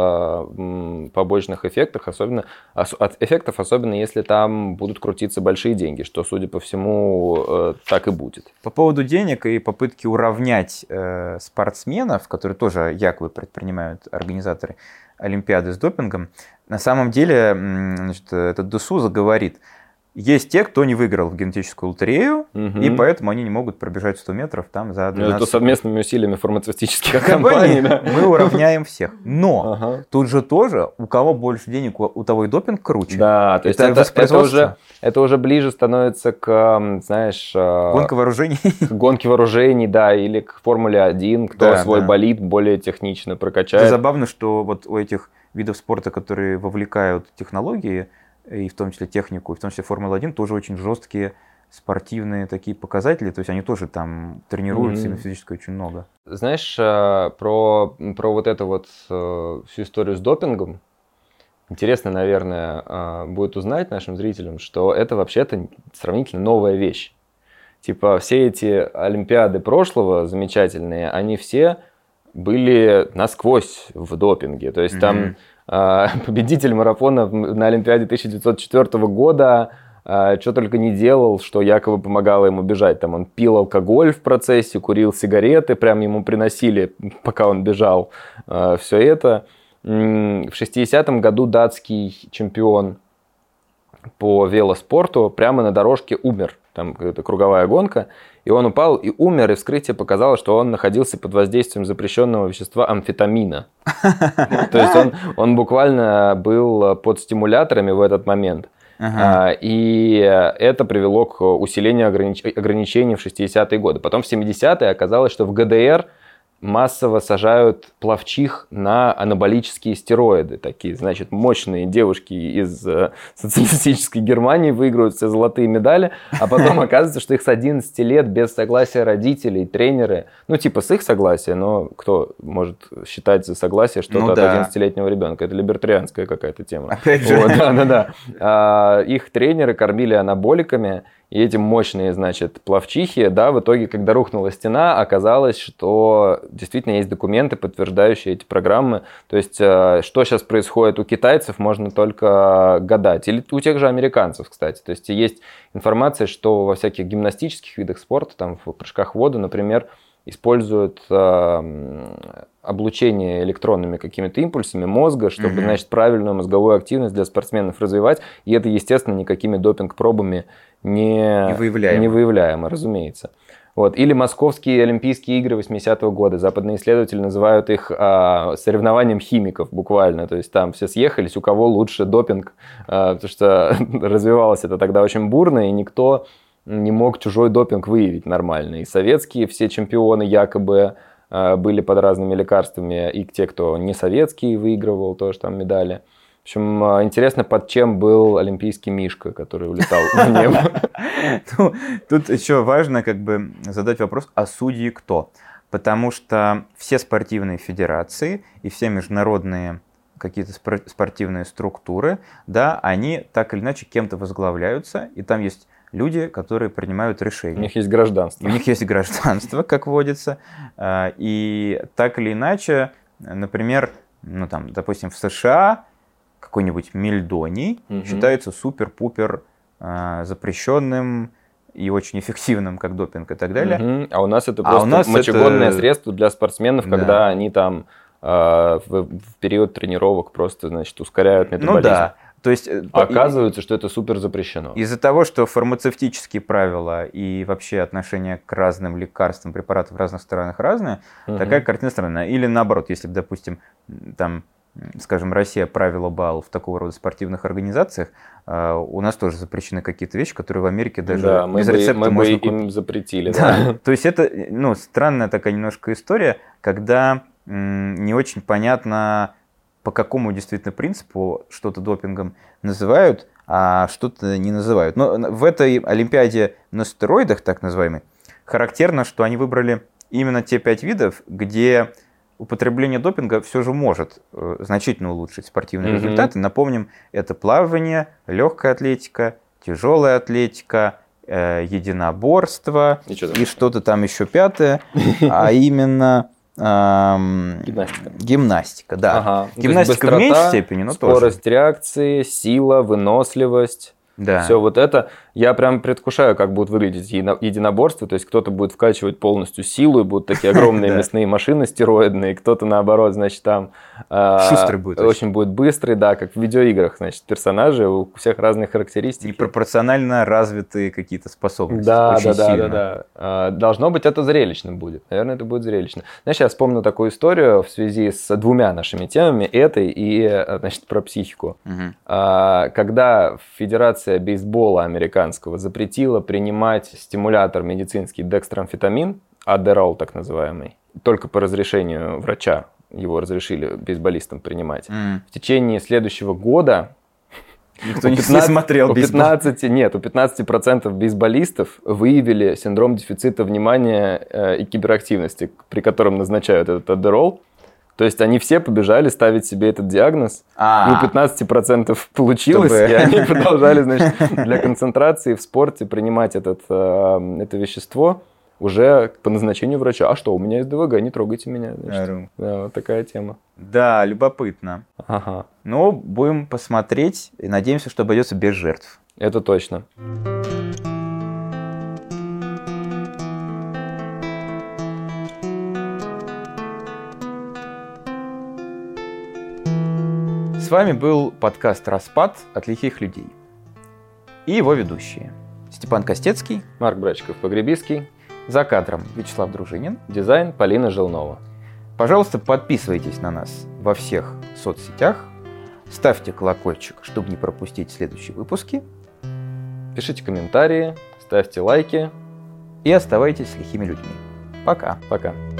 Speaker 1: э, побочных эффектов, особенно от эффектов, особенно если там будут крутиться большие деньги, что, судя по всему, э, так и будет.
Speaker 2: По поводу денег и попытки уравнять э, спортсменов, которые тоже якобы предпринимают организаторы Олимпиады с допингом, на самом деле, значит, этот Д'Суза говорит, есть те, кто не выиграл в генетическую лотерею, угу. и поэтому они не могут пробежать сто метров там за двенадцать.
Speaker 1: Это совместными усилиями фармацевтических компаний. Да?
Speaker 2: Мы уравняем всех. Но
Speaker 1: ага.
Speaker 2: тут же тоже, у кого больше денег, у того и допинг круче.
Speaker 1: Да, то есть это, это, это, уже, это уже ближе становится к, знаешь...
Speaker 2: Гонка вооружений.
Speaker 1: К гонке вооружений, да, или к Формуле один, кто да, свой да. болид более технично прокачает.
Speaker 2: Это забавно, что вот у этих видов спорта, которые вовлекают технологии, и в том числе технику, и в том числе Формула один, тоже очень жесткие спортивные такие показатели, то есть они тоже там тренируются, mm-hmm. и на физически очень много.
Speaker 1: Знаешь, про, про вот эту вот всю историю с допингом, интересно, наверное, будет узнать нашим зрителям, что это вообще-то сравнительно новая вещь. Типа все эти Олимпиады прошлого замечательные, они все были насквозь в допинге, то есть mm-hmm. там... победитель марафона на Олимпиаде тысяча девятьсот четвёртого года что только не делал, что якобы помогало ему бежать. Там он пил алкоголь в процессе, курил сигареты, прям ему приносили, пока он бежал, все это. В шестидесятом году датский чемпион по велоспорту прямо на дорожке умер. Там какая-то круговая гонка, и он упал и умер, и вскрытие показало, что он находился под воздействием запрещенного вещества амфетамина. То есть он, он буквально был под стимуляторами в этот момент. Ага. И это привело к усилению огранич... ограничений в шестидесятые годы. Потом в семидесятые оказалось, что в ГДР массово сажают пловчих на анаболические стероиды. Такие, значит, мощные девушки из социалистической Германии выигрывают все золотые медали, а потом оказывается, что их с одиннадцати лет без согласия родителей, тренеры, ну типа с их согласия, но кто может считать за согласие что-то ну, от да. одиннадцатилетнего ребенка? Это либертарианская какая-то тема.
Speaker 2: Опять же.
Speaker 1: Вот, да, да, да. А, их тренеры кормили анаболиками, и эти мощные, значит, пловчихи, да, в итоге, когда рухнула стена, оказалось, что действительно есть документы, подтверждающие эти программы. То есть, что сейчас происходит у китайцев, можно только гадать. Или у тех же американцев, кстати. То есть, есть информация, что во всяких гимнастических видах спорта, там, в прыжках в воду, например, используют э, облучение электронными какими-то импульсами мозга, чтобы, mm-hmm. значит, правильную мозговую активность для спортсменов развивать. И это, естественно, никакими допинг-пробами не,
Speaker 2: не, выявляемо.
Speaker 1: не выявляемо, разумеется. Вот. Или московские Олимпийские игры восьмидесятого года. Западные исследователи называют их а, соревнованием химиков буквально. То есть там все съехались, у кого лучше допинг, а, потому что развивалось это тогда очень бурно, и никто не мог чужой допинг выявить нормально. И советские все чемпионы якобы а, были под разными лекарствами, и те, кто не советские, выигрывал тоже там медали. В общем, интересно, под чем был олимпийский мишка, который улетал в небо.
Speaker 2: Тут еще важно как бы задать вопрос, а судьи кто? Потому что все спортивные федерации и все международные какие-то спортивные структуры, да, они так или иначе кем-то возглавляются, и там есть люди, которые принимают решения.
Speaker 1: У них есть гражданство.
Speaker 2: У них есть гражданство, как водится. И так или иначе, например, ну там, допустим, в США какой-нибудь мельдоний угу. считается супер-пупер э, запрещенным и очень эффективным, как допинг и так далее.
Speaker 1: Угу. А у нас это просто а у нас мочегонное это... средство для спортсменов, да. когда они там э, в, в период тренировок просто, значит, ускоряют метаболизм.
Speaker 2: Ну да. То есть,
Speaker 1: оказывается, и, что это супер запрещено.
Speaker 2: Из-за того, что фармацевтические правила и вообще отношение к разным лекарствам, препаратам в разных странах разные, угу. такая картина странная. Или наоборот, если бы, допустим, там, скажем, Россия правила бал в такого рода спортивных организациях, у нас тоже запрещены какие-то вещи, которые в Америке даже
Speaker 1: да,
Speaker 2: без
Speaker 1: мы
Speaker 2: рецепта
Speaker 1: бы, мы
Speaker 2: можно
Speaker 1: бы
Speaker 2: купить.
Speaker 1: Им запретили.
Speaker 2: Да.
Speaker 1: Да.
Speaker 2: То есть это, ну, странная такая немножко история, когда м, не очень понятно, по какому действительно принципу что-то допингом называют, а что-то не называют. Но в этой Олимпиаде на стероидах, так называемой, характерно, что они выбрали именно те пять видов, где употребление допинга все же может э, значительно улучшить спортивные mm-hmm. результаты. Напомним, это плавание, легкая атлетика, тяжелая атлетика, э, единоборство и, и что-то там еще пятое, а именно эм,
Speaker 1: гимнастика.
Speaker 2: Гимнастика, да.
Speaker 1: Ага.
Speaker 2: Гимнастика быстрота, в меньшей степени, но тоже.
Speaker 1: Скорость реакции, сила, выносливость.
Speaker 2: Да.
Speaker 1: Все вот это. Я прям предвкушаю, как будут выглядеть единоборства. То есть кто-то будет вкачивать полностью силу, и будут такие огромные мясные машины стероидные, кто-то наоборот, значит, там
Speaker 2: шустрый будет.
Speaker 1: Очень будет быстрый, да, как в видеоиграх, значит, персонажи, у всех разные характеристики.
Speaker 2: И пропорционально развитые какие-то способности.
Speaker 1: Да, да, да, да, да. Должно быть, это зрелищно будет. Наверное, это будет зрелищно. Знаешь, я вспомнил такую историю в связи с двумя нашими темами, этой и, значит, про психику.
Speaker 2: Угу.
Speaker 1: Когда Федерация бейсбола американского запретила принимать стимулятор медицинский декстроамфетамин, адерол так называемый, только по разрешению врача его разрешили бейсболистам принимать.
Speaker 2: Mm.
Speaker 1: В течение следующего года
Speaker 2: никто не смотрел бейсбол.
Speaker 1: Нет, у пятнадцати процентов бейсболистов выявили синдром дефицита внимания и гиперактивности, при котором назначают этот адерол. То есть они все побежали ставить себе этот диагноз,
Speaker 2: А-а-а.
Speaker 1: и у пятнадцати процентов получилось,
Speaker 2: Чтобы...
Speaker 1: и они продолжали, значит, для концентрации в спорте принимать этот, э, это вещество уже по назначению врача. А что, у меня есть ДВГ, не трогайте меня. Значит. Да, вот такая тема.
Speaker 2: Да, любопытно.
Speaker 1: Ага.
Speaker 2: Но будем посмотреть и надеемся, что обойдется без жертв.
Speaker 1: Это точно.
Speaker 2: С вами был подкаст «Распад» от лихих людей. И его ведущие. Степан Костецкий.
Speaker 1: Марк Брачков-Погребиский.
Speaker 2: За кадром Вячеслав Дружинин.
Speaker 1: Дизайн Полина Желнова.
Speaker 2: Пожалуйста, подписывайтесь на нас во всех соцсетях. Ставьте колокольчик, чтобы не пропустить следующие выпуски.
Speaker 1: Пишите комментарии, ставьте лайки.
Speaker 2: И оставайтесь с лихими людьми. Пока.
Speaker 1: Пока.